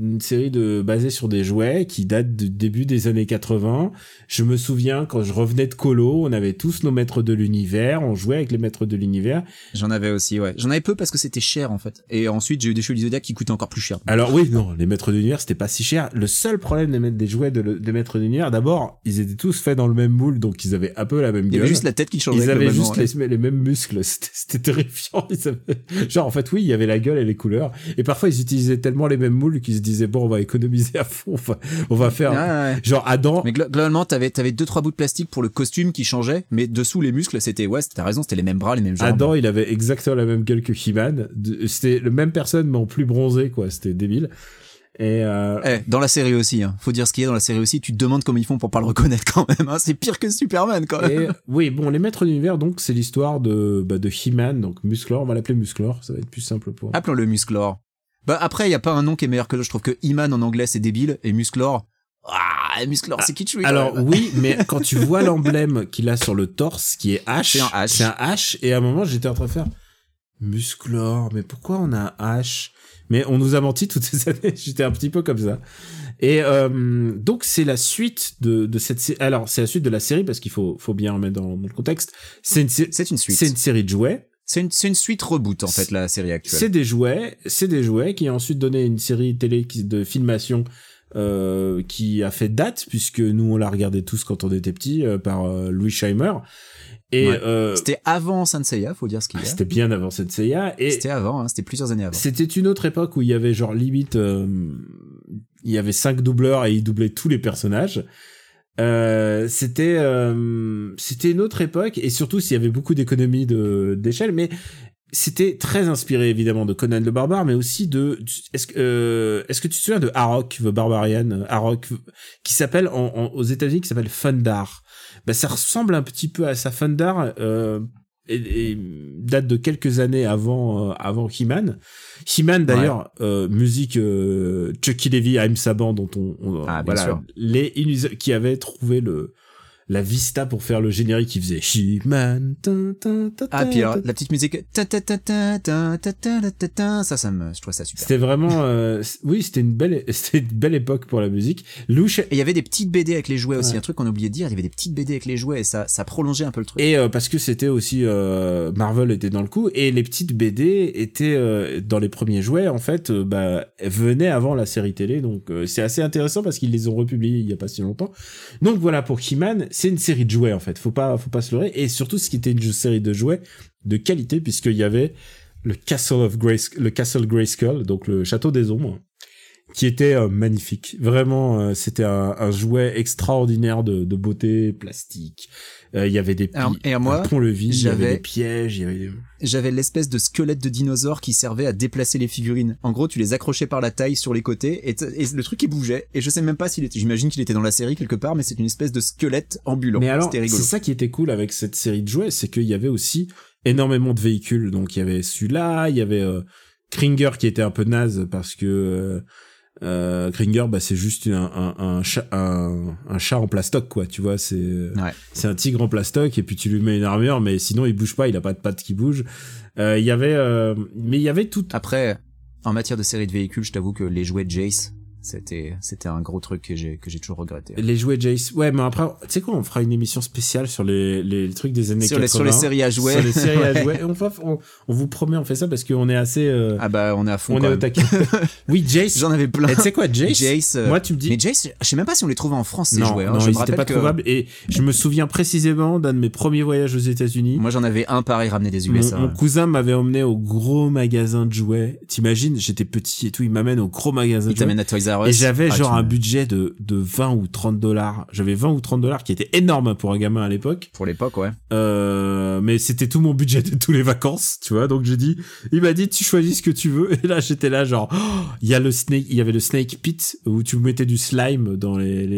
basée sur des jouets qui datent du début des années 80. Je me souviens quand je revenais de colo, on avait tous nos maîtres de l'univers, on jouait avec les maîtres de l'univers. J'en avais aussi, ouais. J'en avais peu parce que c'était cher, en fait. Et ensuite, j'ai eu des Chevaliers du Zodiac qui coûtaient encore plus cher. Alors oui, non, les maîtres de l'univers, c'était pas si cher. Le seul problème de mettre des jouets des maîtres de l'univers, d'abord, ils étaient tous faits dans le même moule, donc ils avaient un peu la même gueule. Il y avait juste la tête qui changeait. Ils avaient juste les mêmes muscles. C'était terrifiant. Genre, en fait, oui, il y avait la gueule et les couleurs. Et parfois, ils utilisaient tellement les mêmes moules qu'ils se disaient bon, on va économiser à fond, on va faire genre Adam. Mais globalement, t'avais 2-3 bouts de plastique pour le costume qui changeait, mais dessous les muscles, t'as raison, c'était les mêmes bras, les mêmes jambes. Adam, il avait exactement la même gueule que He-Man. C'était le même personne, mais en plus bronzé, quoi. C'était débile. Et dans la série aussi, hein. Faut dire ce qu'il y a dans la série aussi. Tu te demandes comment ils font pour pas le reconnaître quand même. Hein. C'est pire que Superman quand même. Et, oui, bon, les Maîtres de l'Univers, donc c'est l'histoire de He-Man, donc Musclor. On va l'appeler Musclor. Ça va être plus simple pour. Appelons-le Musclor. Bah après, y a pas un nom qui est meilleur que l'autre. Je trouve que He-Man en anglais c'est débile et Musclor. Musclor, c'est kitschouille. Alors oui, mais quand tu vois l'emblème qu'il a sur le torse, qui est H, c'est un H. Et à un moment, j'étais en train de faire Musclor. Mais pourquoi on a un H? Mais on nous a menti toutes ces années. J'étais un petit peu comme ça. Et donc c'est la suite de cette série. Alors c'est la suite de la série parce qu'il faut bien remettre dans le contexte. C'est une suite. C'est une série de jouets. C'est une suite reboot en fait la série actuelle. C'est des jouets qui a ensuite donné une série télé de filmation qui a fait date puisque nous on l'a regardé tous quand on était petits par Louis Scheimer. Et c'était avant Saint Seiya, faut dire ce qu'il y a. C'était bien avant Saint Seiya. Et c'était avant, hein, c'était plusieurs années avant. C'était une autre époque où il y avait genre limite, il y avait 5 doubleurs et ils doublaient tous les personnages. C'était une autre époque et surtout s'il y avait beaucoup d'économies d'échelle, mais c'était très inspiré évidemment de Conan le Barbare, mais aussi est-ce que tu te souviens de Harrock the Barbarian, Harrock, qui s'appelle aux États-Unis, qui s'appelle Thundar. Bah, ça ressemble un petit peu à ça. Thundar, et date de quelques années avant He-Man. He-Man d'ailleurs, musique Chucky Levy, I'm Saban, dont bien sûr. qui avait trouvé la vista pour faire le générique qui faisait He-Man. Puis alors, la petite musique je trouve ça super. C'était vraiment oui, c'était une belle époque pour la musique. Louche. Et il y avait des petites BD avec les jouets aussi, un truc qu'on a oublié de dire, il y avait des petites BD avec les jouets et ça prolongeait un peu le truc. Et parce que c'était aussi Marvel était dans le coup et les petites BD étaient dans les premiers jouets en fait venaient avant la série télé, donc c'est assez intéressant parce qu'ils les ont republiés il y a pas si longtemps. Donc voilà pour He-Man. C'est une série de jouets en fait, faut pas se leurrer, et surtout ce qui était une série de jouets de qualité puisqu'il y avait le Castle Grayskull, donc le château des ombres, qui était magnifique. Vraiment, c'était un jouet extraordinaire de beauté, plastique. Il y avait des pont-levis, il y avait des pièges, J'avais l'espèce de squelette de dinosaure qui servait à déplacer les figurines. En gros, tu les accrochais par la taille sur les côtés et le truc il bougeait. Et je sais même pas j'imagine qu'il était dans la série quelque part, mais c'est une espèce de squelette ambulant. Mais alors, c'était rigolo. C'est ça qui était cool avec cette série de jouets, c'est qu'il y avait aussi énormément de véhicules. Donc il y avait celui-là, il y avait Kringer qui était un peu naze parce que Kringer, c'est juste un chat en plastoc, quoi, tu vois, c'est un tigre en plastoc et puis tu lui mets une armure, mais sinon il bouge pas, il a pas de pattes qui bougent. Mais il y avait tout. Après, en matière de série de véhicules, je t'avoue que les jouets de Jace, c'était un gros truc que j'ai toujours regretté. Les jouets Jace. Ouais, mais après, tu sais quoi, on fera une émission spéciale sur les trucs des années 80. Sur les séries à jouets. Sur les séries à jouets. On vous promet, on fait ça parce qu'on est assez, on est à fond. On est au taquet. Oui, Jace. J'en avais plein. Et tu sais quoi, Jace? Moi, tu me dis. Mais Jace, je sais même pas si on les trouvait en France, ces jouets. Non, ils étaient pas trouvables. Et je me souviens précisément d'un de mes premiers voyages aux États-Unis. Moi, j'en avais un pareil ramené des USA. Mon cousin m'avait emmené au gros magasin de jouets. T'imagines, j'étais petit et tout, il m'amène au gros magasin de jouets. Il t'amène à Toys R Us. Et j'avais un budget de 20 ou 30 $. J'avais 20 ou 30 $ qui était énorme pour un gamin à l'époque. Pour l'époque, ouais. Mais c'était tout mon budget de tous les vacances, tu vois. Donc il m'a dit, tu choisis ce que tu veux. Et là, j'étais là, genre, il y avait le Snake Pit où tu mettais du slime dans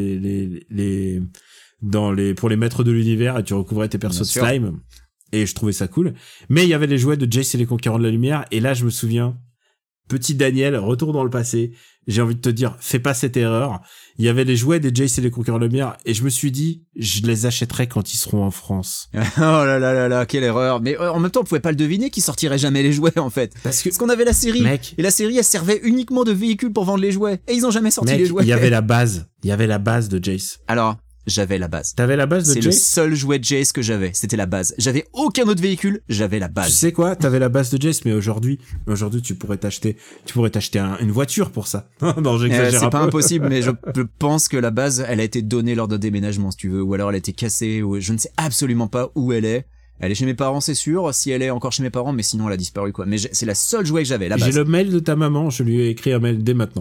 pour les maîtres de l'univers et tu recouvrais tes persos de slime. Et je trouvais ça cool. Mais il y avait les jouets de Jace et les Conquérants de la Lumière. Et là, je me souviens, petit Daniel, retour dans le passé. J'ai envie de te dire, fais pas cette erreur. Il y avait les jouets des Jace et les Conquérants de la Lumière et je me suis dit, je les achèterai quand ils seront en France. Oh là là là là, quelle erreur. Mais en même temps, on pouvait pas le deviner qu'ils sortiraient jamais les jouets, en fait. Parce qu'on avait la série. Mec. Et la série, elle servait uniquement de véhicule pour vendre les jouets. Et ils ont jamais sorti les jouets. Il y avait la base de Jace. Alors, j'avais la base. T'avais la base de Jace? C'est le seul jouet de Jace que j'avais. C'était la base. J'avais aucun autre véhicule. J'avais la base. Tu sais quoi? T'avais la base de Jace, mais aujourd'hui, tu pourrais t'acheter une voiture pour ça. Non, j'exagère c'est pas impossible, mais je pense que la base, elle a été donnée lors d'un déménagement, si tu veux, ou alors elle a été cassée, ou je ne sais absolument pas où elle est. Elle est chez mes parents, c'est sûr. Si elle est encore chez mes parents, mais sinon elle a disparu, quoi. Mais c'est la seule jouet que j'avais, la base. J'ai le mail de ta maman, je lui ai écrit un mail dès maintenant.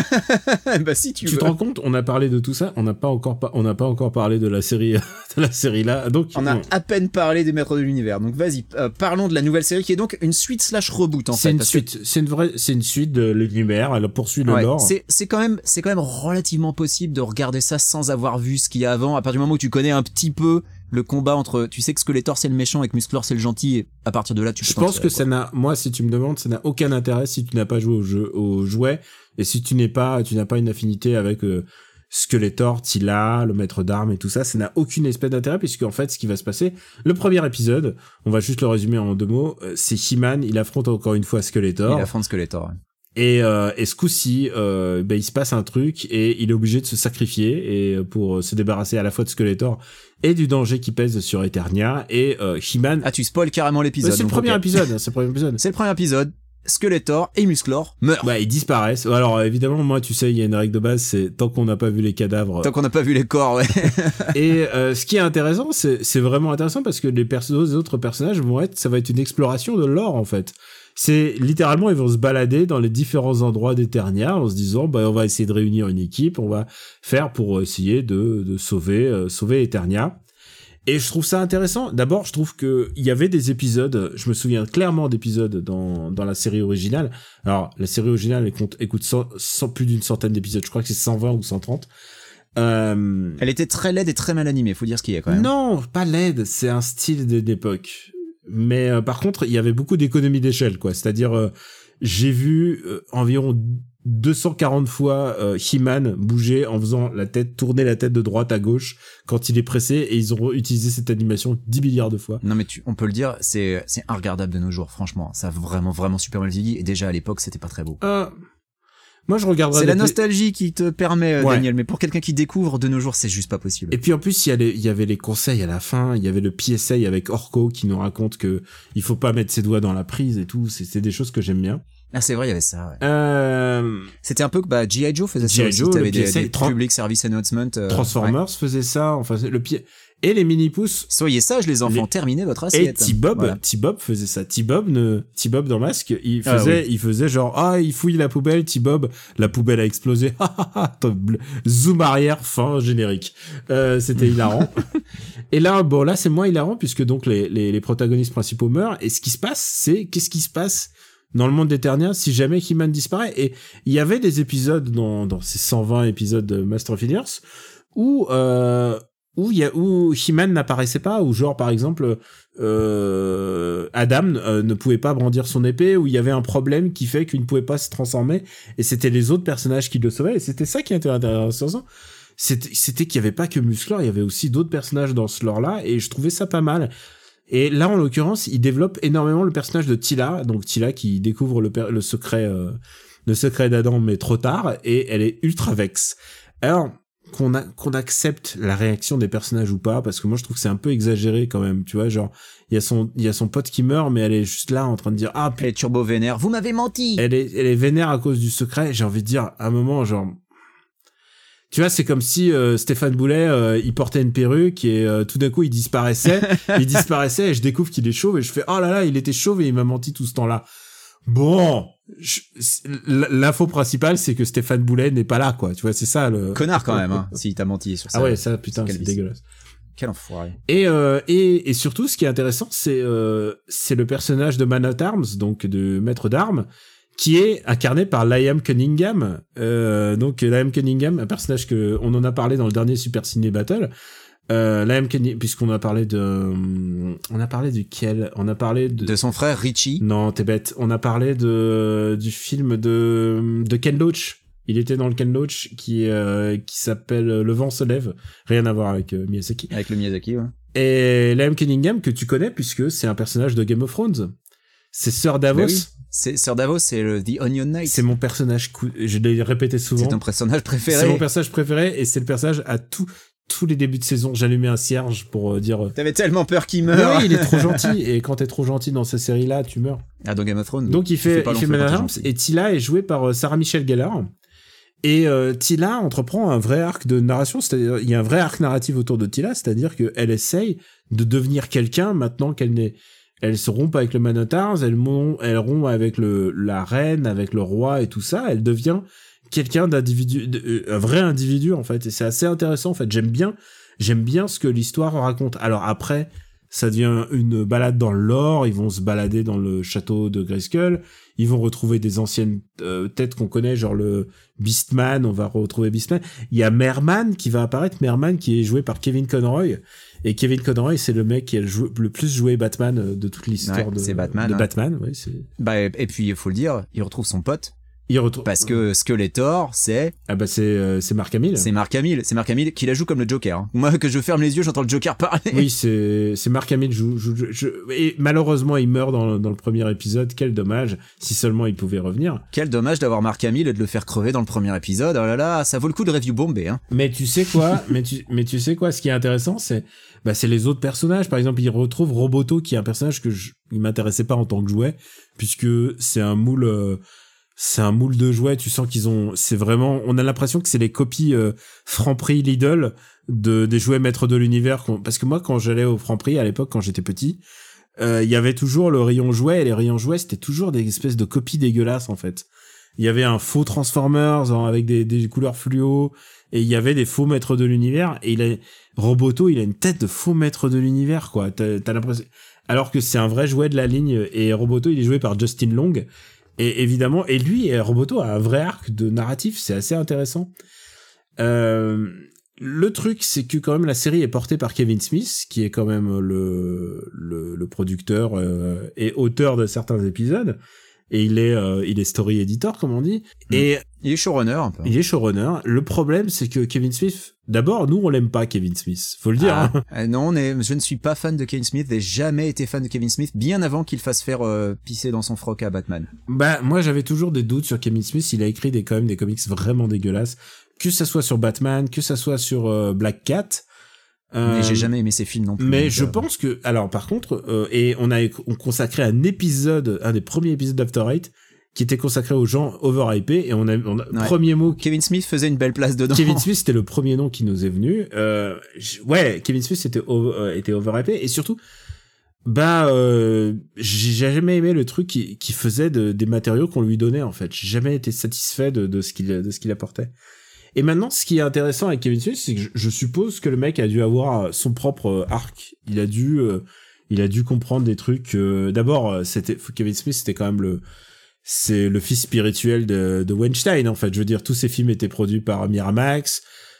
Bah si tu veux. Tu te rends compte, on a parlé de tout ça, on n'a pas encore parlé de la série, de la série là. Donc on a à peine parlé des Maîtres de l'Univers. Donc vas-y, parlons de la nouvelle série qui est donc une suite / reboot en fait. C'est une suite de l'univers, elle poursuit le lore. C'est quand même relativement possible de regarder ça sans avoir vu ce qu'il y a avant, à partir du moment où tu connais un petit peu le combat entre, tu sais que Skeletor c'est le méchant et que Musclor c'est le gentil, et à partir de là tu peux. Je pense que ça n'a, moi si tu me demandes, ça n'a aucun intérêt si tu n'as pas joué au jouet, et si tu n'as pas une affinité avec Skeletor, Tila, le maître d'armes et tout ça, ça n'a aucune espèce d'intérêt, puisque en fait ce qui va se passer, le premier épisode, on va juste le résumer en 2 mots, c'est He-Man, il affronte encore une fois Skeletor. Il affronte Skeletor. Ouais. Et ce coup-ci, il se passe un truc et il est obligé de se sacrifier et pour se débarrasser à la fois de Skeletor et du danger qui pèse sur Eternia. Et He-Man. Ah, tu spoil carrément l'épisode. C'est le premier épisode. C'est le premier épisode. Skeletor et Musclor meurent. Bah, ils disparaissent. Alors, évidemment, moi, tu sais, il y a une règle de base, c'est tant qu'on n'a pas vu les cadavres. Tant qu'on n'a pas vu les corps, ouais. Et ce qui est intéressant, c'est vraiment intéressant parce que les autres personnages ça va être une exploration de lore, en fait. C'est littéralement, ils vont se balader dans les différents endroits d'Eternia en se disant, bah, on va essayer de réunir une équipe, on va faire pour essayer de sauver Eternia. Et je trouve ça intéressant. D'abord, je trouve que il y avait des épisodes, je me souviens clairement d'épisodes dans la série originale. Alors, la série originale écoute plus d'une centaine d'épisodes. Je crois que c'est 120 ou 130. Elle était très laide et très mal animée, faut dire ce qu'il y a quand même. Non, pas laide, c'est un style d'époque. Mais par contre, il y avait beaucoup d'économies d'échelle, quoi. C'est-à-dire, j'ai vu environ 240 fois He-Man bouger en faisant tourner la tête de droite à gauche quand il est pressé, et ils ont utilisé cette animation 10 milliards de fois. Non mais on peut le dire, c'est regardable de nos jours, franchement. Ça a vraiment super mal vieilli, et déjà à l'époque, c'était pas très beau. Moi, je regarderais. C'est la nostalgie qui te permet, ouais. Daniel, mais pour quelqu'un qui découvre de nos jours, c'est juste pas possible. Et puis en plus, il y avait les conseils à la fin, il y avait le PSA avec Orko qui nous raconte que il faut pas mettre ses doigts dans la prise et tout. C'est des choses que j'aime bien. Ah, c'est vrai, il y avait ça, ouais. C'était un peu que, G.I. Joe faisait ça aussi. T'avais des Public Service Announcement. Transformers faisait ça, enfin, et les mini-pouces. Soyez sages, les enfants, terminez votre assiette. Et T-Bob faisait ça. T-Bob dans Masque, il faisait genre, il fouille la poubelle, T-Bob, la poubelle a explosé, zoom arrière, fin, générique. C'était hilarant. Et là, là, c'est moins hilarant puisque donc les protagonistes principaux meurent, et ce qui se passe, qu'est-ce qui se passe dans le monde d'Eternia si jamais He-Man disparaît? Et il y avait des épisodes dans ces 120 épisodes de Master of Universe où He-Man n'apparaissait pas, ou genre par exemple Adam ne pouvait pas brandir son épée, où il y avait un problème qui fait qu'il ne pouvait pas se transformer, et c'était les autres personnages qui le sauvaient, et c'était ça qui était intéressant. C'était qu'il y avait pas que Musclor, il y avait aussi d'autres personnages dans ce lore-là, et je trouvais ça pas mal. Et là, en l'occurrence, il développe énormément le personnage de Tila, donc Tila qui découvre le secret d'Adam, mais trop tard, et elle est ultra vexe. Alors, qu'on accepte la réaction des personnages ou pas, parce que moi je trouve que c'est un peu exagéré quand même, tu vois, genre il y a son pote qui meurt, mais elle est juste là en train de dire elle est turbo vénère, vous m'avez menti. Elle est vénère à cause du secret. J'ai envie de dire à un moment, genre, tu vois, c'est comme si Stéphane Boulet il portait une perruque et tout d'un coup il disparaissait et je découvre qu'il est chauve et je fais oh là là, il était chauve et il m'a menti tout ce temps-là. Bon, l'info principale, c'est que Stéphane Boulet n'est pas là, quoi. Tu vois, c'est ça le connard quand même, hein, s'il t'a menti sur ça. Ah ouais, ça, putain, c'est dégueulasse. Quel enfoiré. Et surtout, ce qui est intéressant, c'est le personnage de Man at Arms, donc de maître d'armes, qui est incarné par Liam Cunningham. Donc Liam Cunningham, un personnage que on en a parlé dans le dernier Super Ciné Battle. Liam Cunningham, puisqu'on a parlé de son frère Richie. Non, t'es bête. On a parlé du film de Ken Loach. Il était dans le Ken Loach qui s'appelle Le vent se lève. Rien à voir avec Miyazaki. Avec le Miyazaki, ouais. Et Liam Cunningham que tu connais puisque c'est un personnage de Game of Thrones. C'est Sir Davos. Oui. Sir Davos, c'est The Onion Knight. C'est mon personnage, je l'ai répété souvent. C'est ton personnage préféré. C'est mon personnage préféré et c'est le personnage à tous les débuts de saison, j'allumais un cierge pour dire... T'avais tellement peur qu'il meure. Oui, il est trop gentil. Et quand t'es trop gentil dans ces séries-là, tu meurs. Ah, dans Game of Thrones. Donc il fait Man at Arms. Et Tila est jouée par Sarah Michelle Gellar. Et Tila entreprend un vrai arc de narration, c'est-à-dire il y a un vrai arc narratif autour de Tila, c'est-à-dire qu'elle essaye de devenir quelqu'un maintenant elle se rompt avec le Manotaurs, elle rompt avec la reine, avec le roi et tout ça, elle devient quelqu'un un vrai individu en fait, et c'est assez intéressant en fait. J'aime bien ce que l'histoire raconte. Alors après, ça devient une balade dans l'or, ils vont se balader dans le château de Grayskull, ils vont retrouver des anciennes têtes qu'on connaît, genre le Beastman, on va retrouver Beastman. Il y a Merman qui va apparaître, Merman qui est joué par Kevin Conroy, et Kevin Conroy, c'est le mec qui a le plus joué Batman de toute l'histoire de Batman. Ouais, et puis il faut le dire, il retrouve son pote. Parce que Skeletor, c'est Mark Hamill. C'est Mark Hamill qui la joue comme le Joker. Hein. Moi, que je ferme les yeux, j'entends le Joker parler. Oui, c'est Mark Hamill et malheureusement, il meurt dans le premier épisode. Quel dommage. Si seulement il pouvait revenir. Quel dommage d'avoir Mark Hamill et de le faire crever dans le premier épisode. Oh là là, ça vaut le coup de review bombé, hein. Mais tu sais quoi? tu sais quoi? Ce qui est intéressant, c'est les autres personnages. Par exemple, il retrouve Roboto, qui est un personnage il m'intéressait pas en tant que jouet, puisque c'est un moule de jouets, tu sens on a l'impression que c'est les copies Franprix Lidl des jouets maîtres de l'univers, parce que moi quand j'allais au Franprix à l'époque quand j'étais petit, il y avait toujours le rayon jouets, et les rayons jouets c'était toujours des espèces de copies dégueulasses en fait. Il y avait un faux Transformers avec des couleurs fluo, et il y avait des faux maîtres de l'univers, et Roboto, il a une tête de faux maître de l'univers quoi. T'as l'impression, alors que c'est un vrai jouet de la ligne, et Roboto il est joué par Justin Long. Et évidemment, et lui, Roboto a un vrai arc de narratif, c'est assez intéressant. Le truc, c'est que quand même la série est portée par Kevin Smith, qui est quand même le producteur et auteur de certains épisodes, et il est story editor comme on dit. Et il est showrunner un peu. Il est showrunner. Le problème, c'est que Kevin Smith, d'abord, nous on l'aime pas Kevin Smith, faut le dire. Non, je ne suis pas fan de Kevin Smith, j'ai jamais été fan de Kevin Smith, bien avant qu'il fasse faire pisser dans son froc à Batman. Moi j'avais toujours des doutes sur Kevin Smith, il a écrit quand même des comics vraiment dégueulasses, que ça soit sur Batman, que ça soit sur Black Cat. Mais j'ai jamais aimé ses films non plus. Mais je pense que, alors par contre, et on consacré un des premiers épisodes d'After Eight qui était consacré aux gens overhypés, et on a premier mot. Kevin Smith faisait une belle place dedans. Kevin Smith, c'était le premier nom qui nous est venu. Kevin Smith était overhypé, et surtout, j'ai jamais aimé le truc qui faisait des matériaux qu'on lui donnait en fait. J'ai jamais été satisfait de ce qu'il apportait. Et maintenant, ce qui est intéressant avec Kevin Smith, c'est que je suppose que le mec a dû avoir son propre arc. Il a dû comprendre des trucs. D'abord, Kevin Smith, c'était quand même c'est le fils spirituel de Weinstein, en fait. Je veux dire, tous ses films étaient produits par Miramax.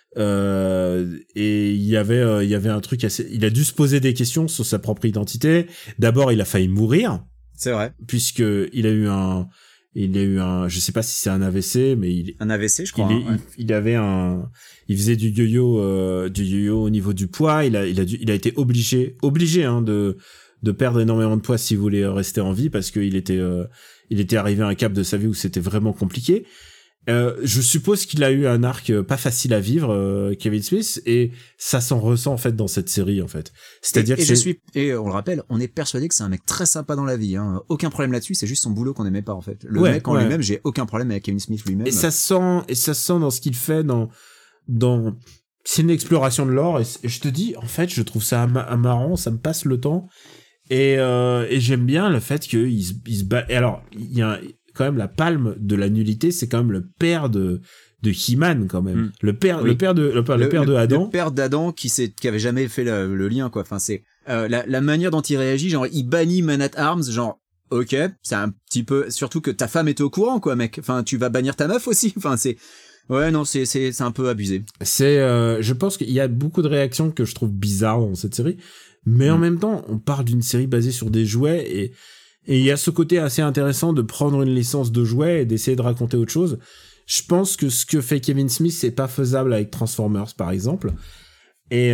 Et il y avait un truc il a dû se poser des questions sur sa propre identité. D'abord, il a failli mourir. C'est vrai. Puisque il a eu un, je sais pas si c'est un AVC, mais un AVC, je crois. Il faisait du yo-yo au niveau du poids. Il a été obligé, de perdre énormément de poids s'il voulait rester en vie, parce qu'il était arrivé à un cap de sa vie où c'était vraiment compliqué. Je suppose qu'il a eu un arc pas facile à vivre, Kevin Smith, et ça s'en ressent en fait dans cette série en fait. C'est-à-dire et on le rappelle, on est persuadé que c'est un mec très sympa dans la vie, hein. Aucun problème là-dessus, c'est juste son boulot qu'on aimait pas en fait. Le mec en lui-même, j'ai aucun problème avec Kevin Smith lui-même. Et ça sent dans ce qu'il fait dans c'est une exploration de l'or, et je te dis en fait, je trouve ça marrant, ça me passe le temps, et j'aime bien le fait qu'il se bat. Et alors, il y a quand même la palme de la nullité, c'est quand même le père de He-Man quand même. Le père de Adam. Le père d'Adam qui avait jamais fait le lien quoi. Enfin c'est la manière dont il réagit, genre il bannit Man at Arms, genre OK, c'est un petit peu, surtout que ta femme est au courant quoi mec. Enfin tu vas bannir ta meuf aussi. Enfin c'est un peu abusé. Je pense qu'il y a beaucoup de réactions que je trouve bizarres dans cette série, mais en même temps, on parle d'une série basée sur des jouets, et il y a ce côté assez intéressant de prendre une licence de jouets et d'essayer de raconter autre chose. Je pense que ce que fait Kevin Smith, c'est pas faisable avec Transformers, par exemple. Et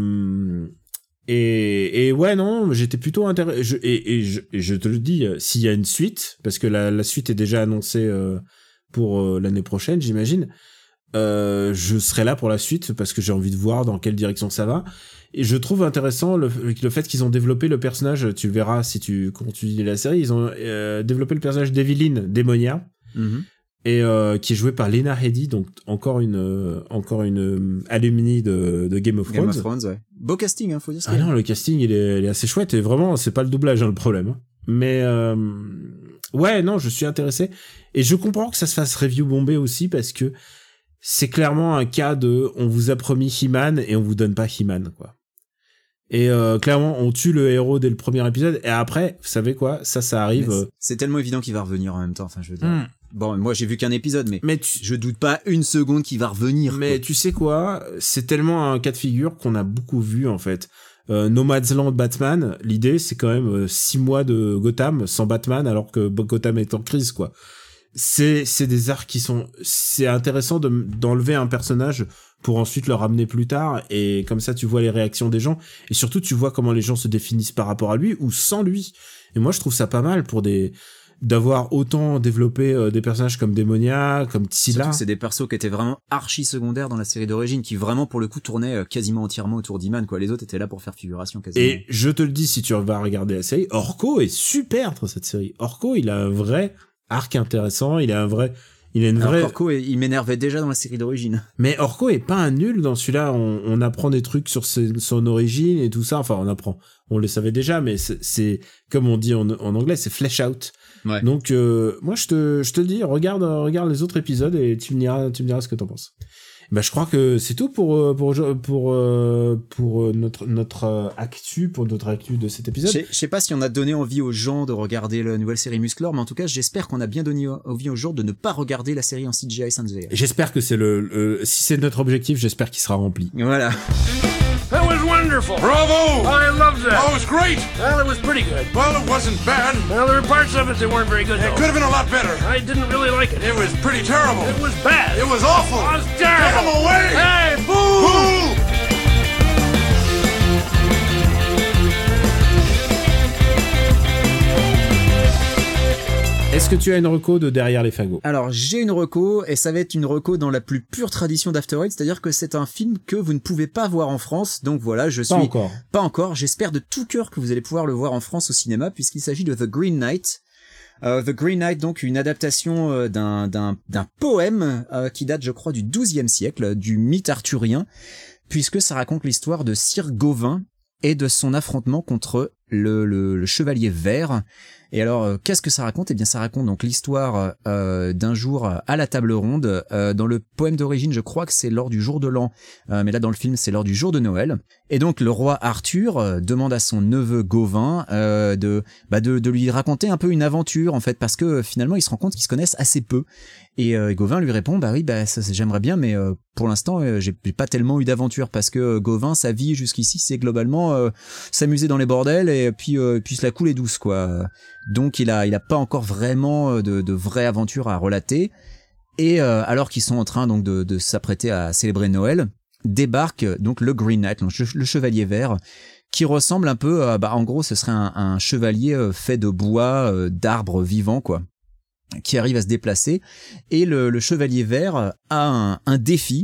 ouais, non, j'étais plutôt intéressé. Et je te le dis, s'il y a une suite, parce que la suite est déjà annoncée pour l'année prochaine, j'imagine, je serai là pour la suite, parce que j'ai envie de voir dans quelle direction ça va. Et je trouve intéressant le fait qu'ils ont développé le personnage, tu le verras si tu continues la série, ils ont développé le personnage d'Evelyn Demonia, et qui est jouée par Lena Headey, donc encore une alumni de Game of Thrones. Game of Thrones, ouais. Beau casting, faut dire ça. Ah non, le casting il est assez chouette, et vraiment c'est pas le doublage le problème. Mais ouais, non, je suis intéressé, et je comprends que ça se fasse review bombé aussi, parce que c'est clairement un cas de on vous a promis He-Man et on vous donne pas He-Man, quoi. Et clairement, on tue le héros dès le premier épisode, et après, vous savez quoi, ça arrive. C'est tellement évident qu'il va revenir en même temps. Enfin, je veux dire. Bon, moi j'ai vu qu'un épisode, mais je doute pas une seconde qu'il va revenir. Mais tu sais quoi, c'est tellement un cas de figure qu'on a beaucoup vu en fait. Nomadland Batman, l'idée c'est quand même 6 mois de Gotham sans Batman alors que Gotham est en crise, quoi. C'est des arcs c'est intéressant d'enlever un personnage pour ensuite le ramener plus tard, et comme ça tu vois les réactions des gens, et surtout tu vois comment les gens se définissent par rapport à lui ou sans lui. Et moi je trouve ça pas mal d'avoir autant développé des personnages comme Démonia, comme Tsila. C'est des persos qui étaient vraiment archi secondaires dans la série d'origine, qui vraiment pour le coup tournaient quasiment entièrement autour d'Iman, quoi. Les autres étaient là pour faire figuration quasiment. Et je te le dis, si tu vas regarder la série, Orko est super dans cette série. Orko, il a un vrai arc intéressant, il a une vraie... Orko, il m'énervait déjà dans la série d'origine. Mais Orko est pas un nul dans celui-là, on apprend des trucs sur son origine et tout ça, enfin on le savait déjà, mais c'est comme on dit en anglais, c'est flesh out. Ouais. Donc moi je te le dis, regarde les autres épisodes et tu me diras ce que t'en penses. Bah je crois que c'est tout pour notre actu de cet épisode. Je sais pas si on a donné envie aux gens de regarder la nouvelle série Musclor, mais en tout cas j'espère qu'on a bien donné envie aux gens de ne pas regarder la série en CGI sans VF. J'espère que c'est si c'est notre objectif, j'espère qu'il sera rempli. Voilà. That was wonderful. Bravo! I loved that. Oh, it was great! Well, it was pretty good. Well, it wasn't bad. Well, there were parts of it that weren't very good, It though. could have been a lot better. I didn't really like it. It was pretty terrible. It was bad. It was awful. It was Get him terrible. away! Hey, boo! Boo! Est-ce que tu as une reco de Derrière les fagots? Alors j'ai une reco, et ça va être une reco dans la plus pure tradition d'After Eight, c'est-à-dire que c'est un film que vous ne pouvez pas voir en France, donc voilà, Pas encore, j'espère de tout cœur que vous allez pouvoir le voir en France au cinéma, puisqu'il s'agit de The Green Knight. The Green Knight, donc une adaptation d'un poème qui date, je crois, du XIIe siècle, du mythe arthurien, puisque ça raconte l'histoire de Sir Gawain et de son affrontement contre le chevalier vert. Et alors, qu'est-ce que ça raconte? Eh bien, ça raconte donc l'histoire d'un jour à la table ronde. Dans le poème d'origine, je crois que c'est lors du jour de l'an, mais là dans le film, c'est lors du jour de Noël. Et donc, le roi Arthur demande à son neveu Gawain de lui raconter un peu une aventure, en fait, parce que finalement, il se rend compte qu'ils se connaissent assez peu. Et Gawain lui répond, bah oui, ça, j'aimerais bien, mais pour l'instant, j'ai pas tellement eu d'aventure, parce que Gawain, sa vie jusqu'ici, c'est globalement s'amuser dans les bordels et puis se la couler douce, quoi. Donc il a pas encore vraiment de vraie aventure à relater. Et alors qu'ils sont en train donc de s'apprêter à célébrer Noël, débarque donc le Green Knight, le chevalier vert, qui ressemble un peu en gros ce serait un chevalier fait de bois, d'arbres vivants, quoi, qui arrive à se déplacer. Et le chevalier vert a un défi.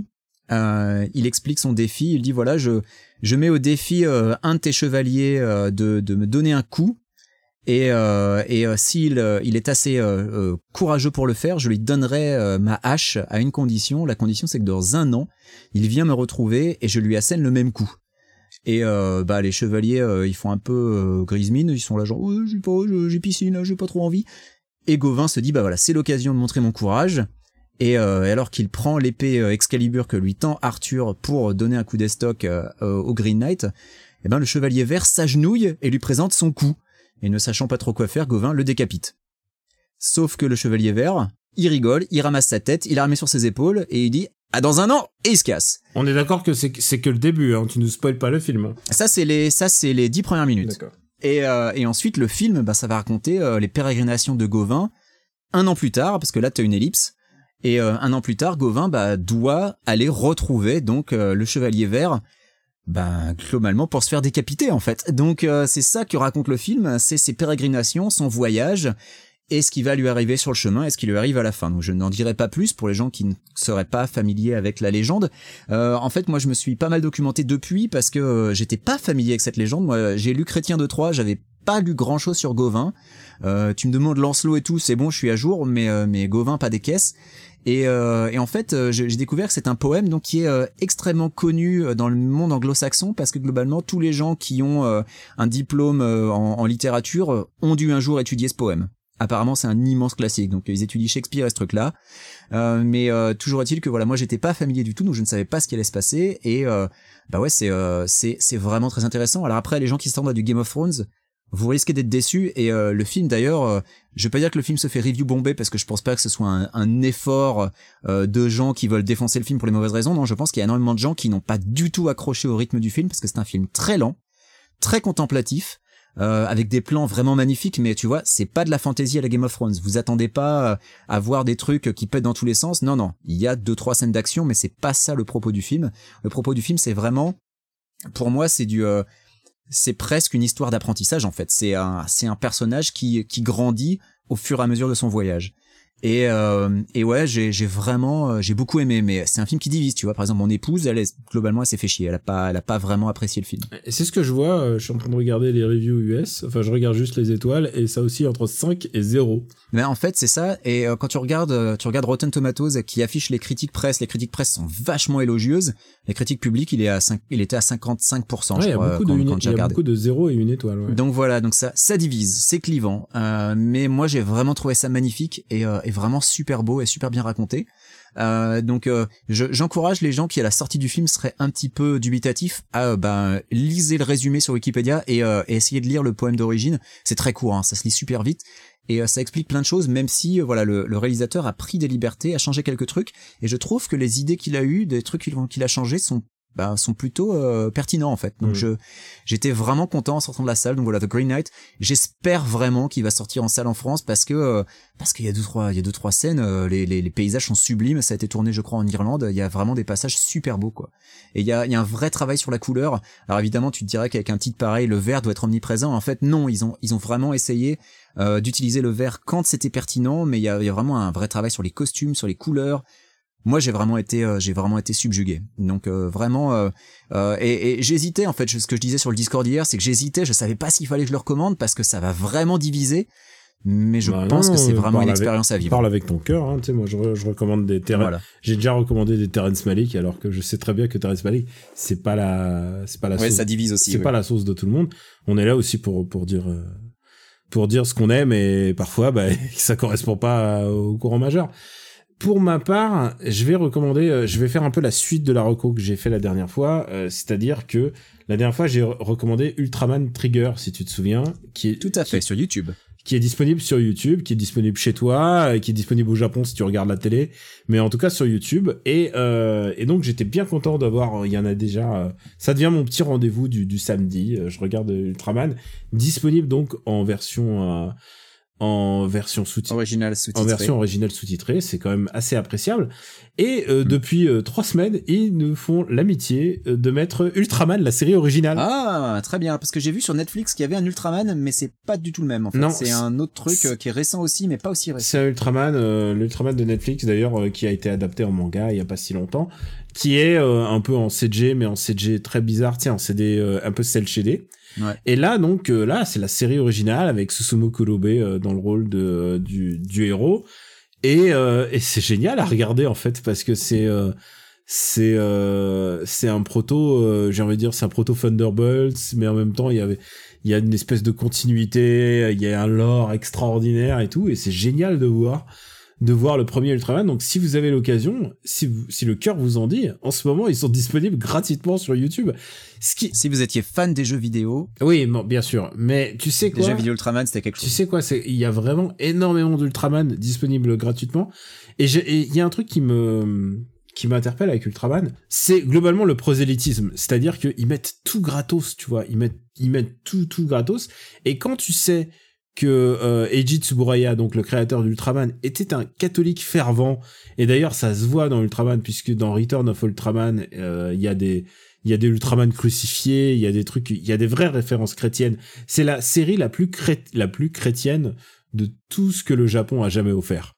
Il explique son défi, il dit voilà, je mets au défi un de tes chevaliers de me donner un coup. Et s'il est assez courageux pour le faire, je lui donnerai ma hache à une condition. La condition, c'est que dans 1 an, il vient me retrouver et je lui assène le même coup. Et les chevaliers, ils font un peu grise mine, ils sont là genre j'ai piscine, j'ai pas trop envie. Et Gawain se dit voilà, c'est l'occasion de montrer mon courage. Et alors qu'il prend l'épée Excalibur que lui tend Arthur pour donner un coup d'estoc au Green Knight, le chevalier vert s'agenouille et lui présente son coup. Et ne sachant pas trop quoi faire, Gawain le décapite. Sauf que le chevalier vert, il rigole, il ramasse sa tête, il la remet sur ses épaules et il dit « À dans 1 an !» et il se casse. On est d'accord que c'est que le début, hein, tu nous spoil pas le film. Ça c'est les 10 premières minutes. D'accord. Et ensuite le film, ça va raconter les pérégrinations de Gawain 1 an plus tard, parce que là t'as une ellipse. Et 1 an plus tard, Gawain doit aller retrouver donc le chevalier vert. Globalement pour se faire décapiter, en fait. Donc c'est ça que raconte le film, c'est ses pérégrinations, son voyage et ce qui va lui arriver sur le chemin et ce qui lui arrive à la fin. Donc je n'en dirai pas plus pour les gens qui ne seraient pas familiers avec la légende. En fait, moi je me suis pas mal documenté depuis parce que j'étais pas familier avec cette légende. Moi j'ai lu Chrétien de Troyes, j'avais pas lu grand chose sur Gauvin. Tu me demandes Lancelot et tout, c'est bon, je suis à jour, mais Gauvin pas des caisses. Et en fait, j'ai découvert que c'est un poème donc qui est extrêmement connu dans le monde anglo-saxon parce que globalement tous les gens qui ont un diplôme en littérature ont dû un jour étudier ce poème. Apparemment, c'est un immense classique. Donc, ils étudient Shakespeare et ce truc-là. Mais toujours est-il que voilà, moi, j'étais pas familier du tout, donc je ne savais pas ce qui allait se passer. Et bah ouais, c'est vraiment très intéressant. Alors après, les gens qui s'attendent à du Game of Thrones, vous risquez d'être déçus. Et le film, d'ailleurs, je vais pas dire que le film se fait review bombé parce que je pense pas que ce soit un effort de gens qui veulent défoncer le film pour les mauvaises raisons. Non, je pense qu'il y a énormément de gens qui n'ont pas du tout accroché au rythme du film parce que c'est un film très lent, très contemplatif. Avec des plans vraiment magnifiques, mais tu vois, c'est pas de la fantasy à la Game of Thrones. Vous attendez pas à voir des trucs qui pètent dans tous les sens. Non, il y a 2-3 scènes d'action, mais c'est pas ça le propos du film. Le propos du film, c'est vraiment, pour moi, c'est presque une histoire d'apprentissage en fait. C'est un personnage qui grandit au fur et à mesure de son voyage. Et ouais, j'ai beaucoup aimé, mais c'est un film qui divise, tu vois. Par exemple, mon épouse, globalement, elle s'est fait chier. Elle a pas vraiment apprécié le film. Et c'est ce que je vois, je suis en train de regarder les reviews US, enfin, je regarde juste les étoiles, et ça aussi entre 5 et 0. Mais en fait, c'est ça, et quand tu regardes Rotten Tomatoes, qui affiche les critiques presse sont vachement élogieuses. Les critiques publiques, il était à 55%, je crois, quand j'ai regardé. Il y a beaucoup de 0 et 1 étoile, ouais. Donc voilà, donc ça divise, c'est clivant, mais moi, j'ai vraiment trouvé ça magnifique, et vraiment super beau et super bien raconté. Donc j'encourage les gens qui à la sortie du film seraient un petit peu dubitatifs à lisez le résumé sur Wikipédia et essayez de lire le poème d'origine. C'est très court, hein, ça se lit super vite et ça explique plein de choses, même si voilà le réalisateur a pris des libertés, a changé quelques trucs et je trouve que les idées qu'il a eues, des trucs qu'il a changés sont plutôt pertinents en fait. Donc j'étais vraiment content en sortant de la salle. Donc voilà, The Green Knight, j'espère vraiment qu'il va sortir en salle en France parce qu'il y a deux trois scènes, les paysages sont sublimes, ça a été tourné je crois en Irlande, il y a vraiment des passages super beaux quoi. Et il y a un vrai travail sur la couleur. Alors évidemment, tu te dirais qu'avec un titre pareil, le vert doit être omniprésent. En fait non, ils ont vraiment essayé d'utiliser le vert quand c'était pertinent, mais il y a vraiment un vrai travail sur les costumes, sur les couleurs. Moi, j'ai vraiment été subjugué. Donc vraiment, et j'hésitais en fait. Ce que je disais sur le Discord hier, c'est que j'hésitais. Je savais pas s'il fallait que je le recommande parce que ça va vraiment diviser. Mais je pense que c'est vraiment une expérience à vivre. Parle avec ton cœur. Hein, tu sais, moi, je recommande des Terrence. Voilà. J'ai déjà recommandé des Terrence Malick, alors que je sais très bien que Terrence Malick, c'est pas la ouais, sauce. Ça divise aussi. C'est pas la sauce de tout le monde. On est là aussi pour dire ce qu'on aime et parfois, ça correspond pas au courant majeur. Pour ma part, je vais faire un peu la suite de la reco que j'ai fait la dernière fois, c'est-à-dire que la dernière fois, j'ai recommandé Ultraman Trigger, si tu te souviens, tout à fait sur YouTube, qui est disponible sur YouTube, qui est disponible chez toi, qui est disponible au Japon si tu regardes la télé, mais en tout cas sur YouTube. Et donc j'étais bien content d'avoir, il y en a déjà, ça devient mon petit rendez-vous du samedi. Je regarde Ultraman, disponible donc en version originale sous-titrée, c'est quand même assez appréciable. Et depuis 3 semaines, ils nous font l'amitié de mettre Ultraman, la série originale. Ah, très bien, parce que j'ai vu sur Netflix qu'il y avait un Ultraman, mais c'est pas du tout le même en fait. Non, c'est un autre truc qui est récent aussi, mais pas aussi récent. C'est un Ultraman, l'Ultraman de Netflix d'ailleurs, qui a été adapté en manga il y a pas si longtemps, qui est un peu en CG, mais en CG très bizarre, tiens, en CD un peu cel shadé. Ouais. Et là donc là c'est la série originale avec Susumu Kurobe dans le rôle du héros et c'est génial à regarder en fait parce que c'est un proto j'ai envie de dire c'est un proto Thunderbolts, mais en même temps il y a une espèce de continuité, il y a un lore extraordinaire et tout, et c'est génial de voir le premier Ultraman. Donc si vous avez l'occasion, si le cœur vous en dit, en ce moment ils sont disponibles gratuitement sur YouTube. Si vous étiez fan des jeux vidéo. Oui, bon, bien sûr, mais tu sais quoi, les jeux vidéo Ultraman c'était quelque chose. Tu sais quoi, il y a vraiment énormément d'Ultraman disponibles gratuitement, et il y a un truc qui m'interpelle avec Ultraman, c'est globalement le prosélytisme, c'est-à-dire qu'ils mettent tout gratos, tu vois, ils mettent tout gratos, et quand tu sais que Eiji Tsuburaya, donc le créateur d'Ultraman, était un catholique fervent, et d'ailleurs ça se voit dans Ultraman, puisque dans Return of Ultraman, il y a des Ultraman crucifiés, il y a des trucs, il y a des vraies références chrétiennes. C'est la série la plus chrétienne de tout ce que le Japon a jamais offert.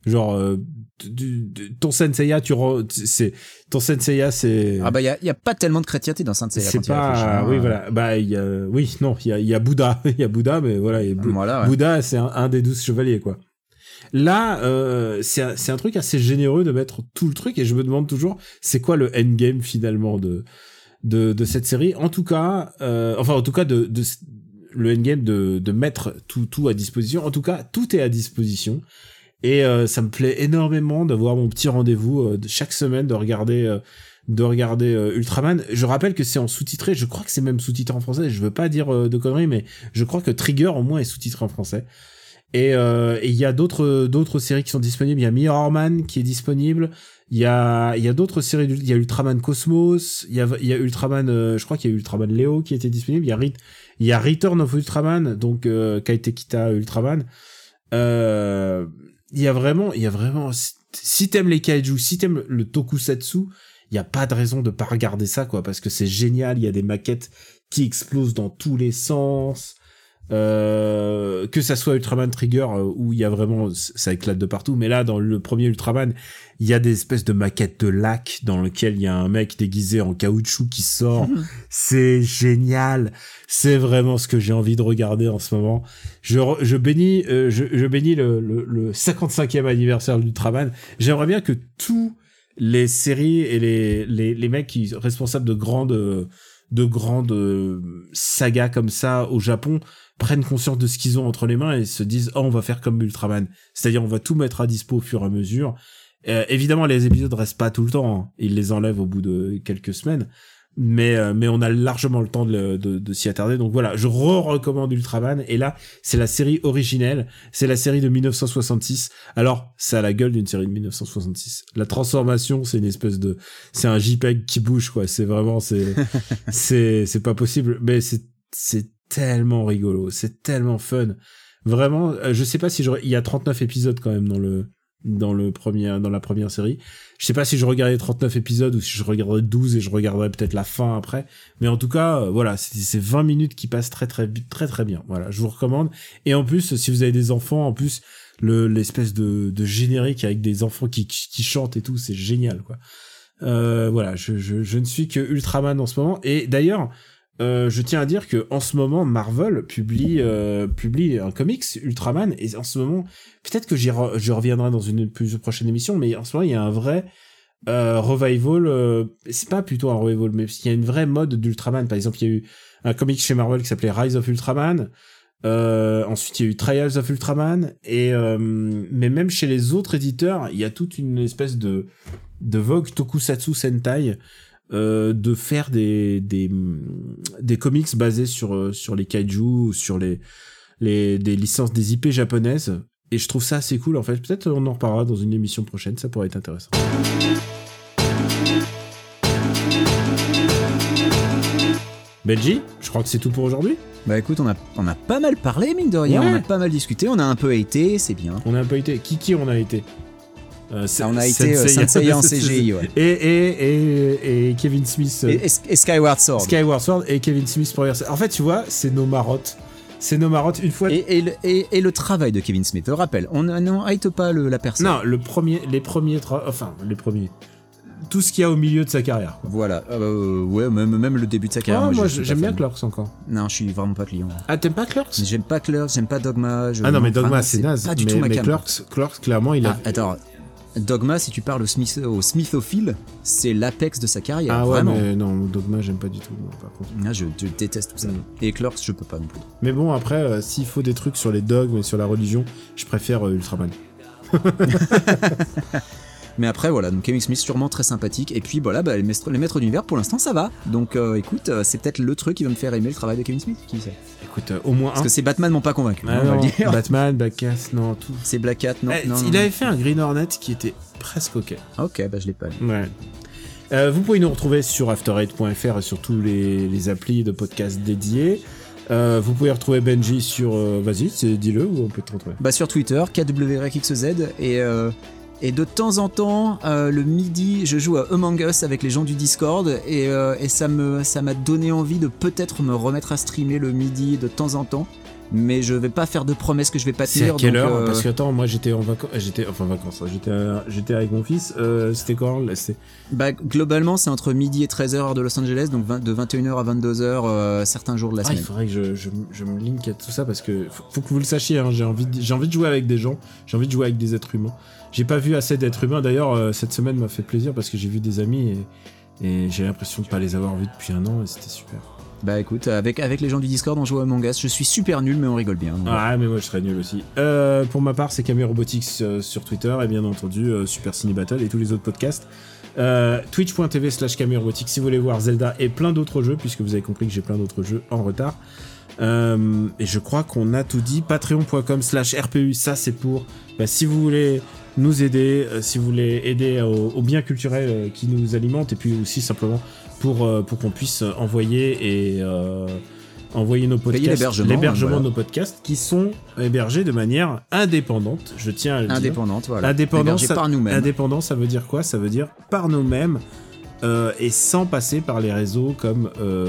Genre ton Senseiya, ton Senseiya, c'est Ah bah il y a pas tellement de chrétienté dans Saint Seiya. c'est pas oui voilà bah il y a Bouddha il y a Bouddha mais voilà, Voilà, ouais. Bouddha c'est un des 12 chevaliers quoi. Là c'est un truc assez généreux de mettre tout le truc et je me demande toujours c'est quoi le endgame finalement de cette série en tout cas de le endgame de mettre tout à disposition. En tout cas tout est à disposition. Et ça me plaît énormément d'avoir mon petit rendez-vous chaque semaine de regarder Ultraman. Je rappelle que c'est en sous-titré, je crois que c'est même sous-titré en français, je veux pas dire de conneries, mais je crois que Trigger au moins est sous-titré en français. Et il y a d'autres séries qui sont disponibles, il y a Mirrorman qui est disponible, il y a d'autres séries, il y a Ultraman Cosmos, il y a Ultraman, je crois qu'il y a Ultraman Léo qui était disponible, il y a Return of Ultraman, donc Kaitekita Ultraman. Il y a vraiment, si t'aimes les kaiju, si t'aimes le tokusatsu, il y a pas de raison de pas regarder ça, quoi, parce que c'est génial, il y a des maquettes qui explosent dans tous les sens, que ça soit Ultraman Trigger, où il y a vraiment, ça éclate de partout, mais là, dans le premier Ultraman, il y a des espèces de maquettes de lac dans lequel il y a un mec déguisé en caoutchouc qui sort. C'est génial. C'est vraiment ce que j'ai envie de regarder en ce moment. Je bénis le 55e anniversaire d'Ultraman. J'aimerais bien que tous les séries et les mecs qui sont responsables de grandes sagas comme ça au Japon prennent conscience de ce qu'ils ont entre les mains et se disent on va faire comme Ultraman. C'est-à-dire on va tout mettre à dispo au fur et à mesure. Évidemment, les épisodes restent pas tout le temps. Hein. Ils les enlèvent au bout de quelques semaines. Mais on a largement le temps de s'y attarder. Donc voilà, je recommande Ultraman. Et là, c'est la série originelle. C'est la série de 1966. Alors, ça a la gueule d'une série de 1966. La transformation, c'est une espèce c'est un JPEG qui bouge, quoi. C'est vraiment, c'est pas possible. Mais c'est tellement rigolo. C'est tellement fun. Vraiment, je sais pas si il y a 39 épisodes quand même dans la première série. Je sais pas si je regardais 39 épisodes ou si je regarderais 12 et je regarderais peut-être la fin après. Mais en tout cas, voilà, c'est 20 minutes qui passent très très bien. Voilà, je vous recommande. Et en plus, si vous avez des enfants, en plus, l'espèce de générique avec des enfants qui chantent et tout, c'est génial, quoi. Voilà, je ne suis que Ultraman en ce moment. Et d'ailleurs, je tiens à dire que en ce moment Marvel publie un comics Ultraman et en ce moment peut-être que je reviendrai dans une plus prochaine émission mais en ce moment il y a un vrai revival, c'est pas plutôt un revival mais il y a une vraie mode d'Ultraman. Par exemple il y a eu un comics chez Marvel qui s'appelait Rise of Ultraman, ensuite il y a eu Trials of Ultraman et mais même chez les autres éditeurs il y a toute une espèce de vogue tokusatsu sentai, de faire des comics basés sur les kaiju, sur des licences, des IP japonaises, et je trouve ça assez cool en fait. Peut-être on en reparlera dans une émission prochaine, ça pourrait être intéressant. Benji, je crois que c'est tout pour aujourd'hui. Bah écoute, on a pas mal parlé mine de rien, Ouais. on a pas mal discuté, on a un peu haté, c'est bien. On a un peu été qui on a été On a été Senseiya en CGI, ouais. Et Kevin Smith Et Skyward Sword. Skyward Sword et Kevin Smith pour en fait tu vois c'est nos marottes une fois Et le travail de Kevin Smith, rappelle, on hate pas la personne. non les premiers tout ce qu'il y a au milieu de sa carrière, quoi. Voilà, ouais, même le début de sa carrière. moi je suis j'aime pas bien fan. Clerks encore. Non, je suis vraiment pas client. Ah t'aimes pas Clerks? J'aime pas Clerks, j'aime pas Dogma. Ah non mais Dogma vraiment, c'est naze, pas du tout ma mais cam. Clerks clairement il a Attends, Dogma, si tu parles au Smithophile, c'est l'apex de sa carrière, ah ouais vraiment. mais non Dogma j'aime pas du tout moi, par contre. Ah, je déteste tout ça. Et Clerks, je peux pas non plus. Mais bon après s'il faut des trucs sur les dogmes et sur la religion je préfère Ultraman. Mais après, voilà, donc Kevin Smith, sûrement très sympathique. Et puis voilà, bah, les maîtres d'univers, pour l'instant, ça va. Donc écoute, c'est peut-être le truc qui va me faire aimer le travail de Kevin Smith, qui sait. Écoute au moins Parce que ces Batman m'ont pas convaincu, ah on va non, le dire. Batman, Black Cat, non tout. C'est Black Cat, non, non. Il avait fait un Green Hornet qui était presque ok. Ok, bah je l'ai pas lu. Ouais. Vous pouvez nous retrouver sur after8.fr et sur tous les applis de podcasts dédiés. Vous pouvez retrouver Benji sur... vas-y, dis-le où on peut te retrouver. Bah sur Twitter, KWRXZ, et de temps en temps, le midi, je joue à Among Us avec les gens du Discord, et ça m'a donné envie de peut-être me remettre à streamer le midi de temps en temps. mais je vais pas faire de promesses que je vais pas C'est à tenir. quelle donc, heure Parce que attends, moi j'étais en vacances, j'étais avec mon fils. C'était quand là, Bah, globalement, c'est entre midi et 13h heure de Los Angeles, donc de 21h à 22h certains jours de la il semaine. faudrait que je me link à tout ça parce que faut que vous le sachiez. Hein, j'ai envie de jouer avec des gens, j'ai envie de jouer avec des êtres humains. J'ai pas vu assez d'êtres humains. D'ailleurs, cette semaine m'a fait plaisir parce que j'ai vu des amis et j'ai l'impression de pas les avoir vus depuis un an et c'était super. Bah écoute, avec les gens du Discord, on joue à Among Us. Je suis super nul, mais on rigole bien. Donc. Ah, mais moi je serais nul aussi. Pour ma part, c'est Camille Robotics sur Twitter et bien entendu Super Ciné Battle et tous les autres podcasts. Twitch.tv/Camille Robotics si vous voulez voir Zelda et plein d'autres jeux, puisque vous avez compris que j'ai plein d'autres jeux en retard. Et je crois qu'on a tout dit. Patreon.com/RPU, ça c'est pour si vous voulez nous aider, si vous voulez aider au bien culturel qui nous alimente, et puis aussi simplement pour qu'on puisse envoyer nos podcasts, l'hébergement de nos podcasts qui sont hébergés de manière indépendante, je tiens à le dire. Indépendante, voilà. Indépendance, par nous-mêmes. Indépendance, ça veut dire quoi ? Ça veut dire par nous-mêmes et sans passer par les réseaux comme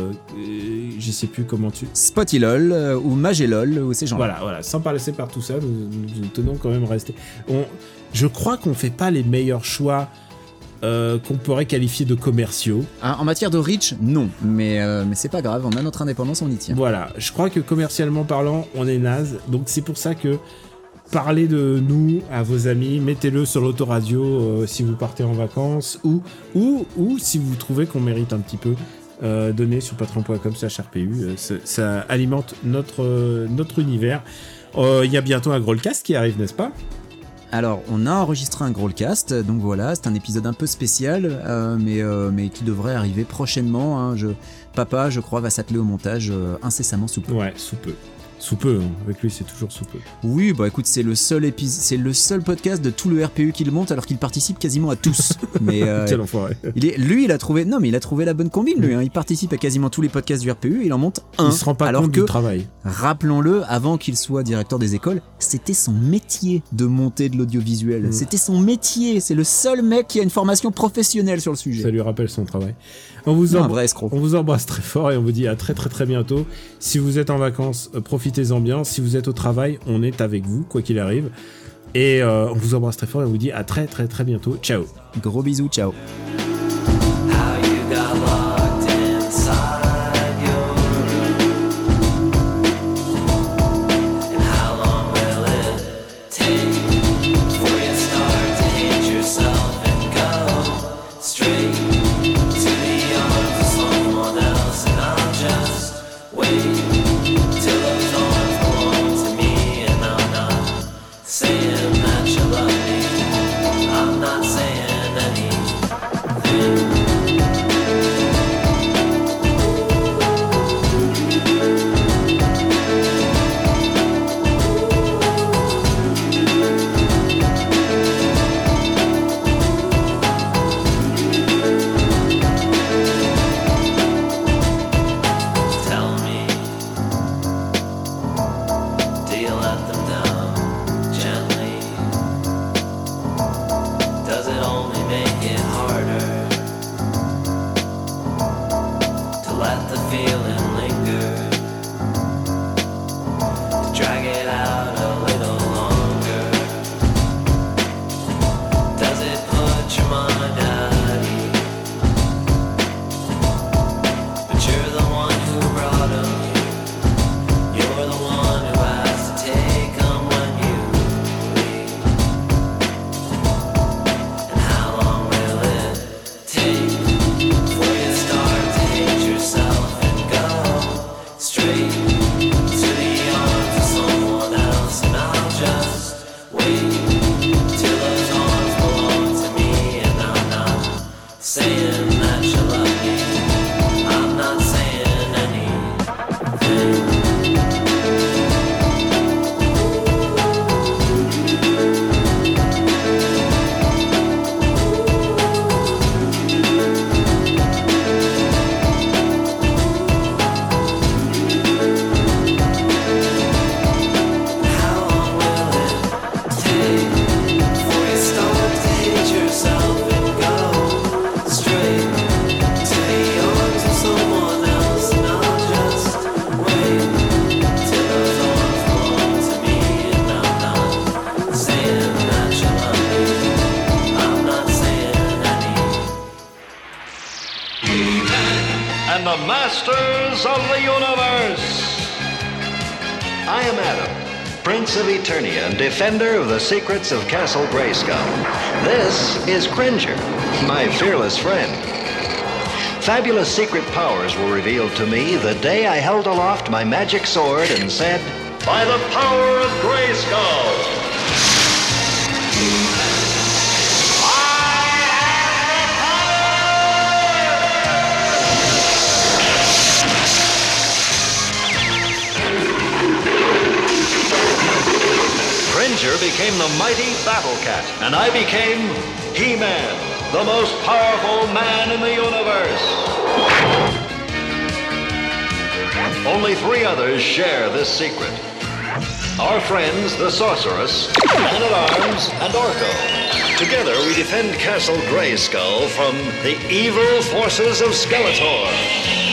je sais plus comment Spotylol ou Magelol ou ces gens-là. Voilà, sans passer par tout ça, nous tenons quand même à rester. Je crois qu'on fait pas les meilleurs choix qu'on pourrait qualifier de commerciaux. En matière de reach, non, mais c'est pas grave, on a notre indépendance, on y tient. Voilà, je crois que commercialement parlant, on est naze, donc c'est pour ça que parlez de nous à vos amis, mettez-le sur l'autoradio si vous partez en vacances ou si vous trouvez qu'on mérite un petit peu. Donner sur patreon.com/RPU, ça alimente notre univers. Il y a bientôt un Growlcast qui arrive, n'est-ce pas ? Alors, on a enregistré un Growlcast, donc voilà, c'est un épisode un peu spécial, mais qui devrait arriver prochainement. Hein. Papa, je crois, va s'atteler au montage incessamment sous peu. Ouais, sous peu, hein. Avec lui c'est toujours sous peu. Oui, bah écoute, c'est le seul podcast de tout le RPU qu'il monte alors qu'il participe quasiment à tous. Mais quel enfoiré. il a trouvé la bonne combine lui. Hein. Il participe à quasiment tous les podcasts du RPU, il en monte un. Il se rend pas alors compte que, du travail. Rappelons-le, avant qu'il soit directeur des écoles, c'était son métier de monter de l'audiovisuel. C'était son métier. C'est le seul mec qui a une formation professionnelle sur le sujet. Ça lui rappelle son travail. Un vrai escroc. On vous embrasse très fort et on vous dit à très très très bientôt. Si vous êtes en vacances, profitez-en bien. Si vous êtes au travail, on est avec vous, quoi qu'il arrive. Et on vous embrasse très fort et on vous dit à très très très bientôt. Ciao. Gros bisous, ciao. You're the one who has to take 'em Masters of the Universe. I am Adam, Prince of Eternia and defender of the secrets of Castle Grayskull. This is Cringer, my fearless friend. Fabulous secret powers were revealed to me the day I held aloft my magic sword and said, "By the power of Grayskull!" Cringer became the mighty Battle Cat, and I became He-Man, the most powerful man in the universe. Only 3 others share this secret. Our friends, the Sorceress, Man-at-Arms, and Orko. Together we defend Castle Grayskull from the evil forces of Skeletor.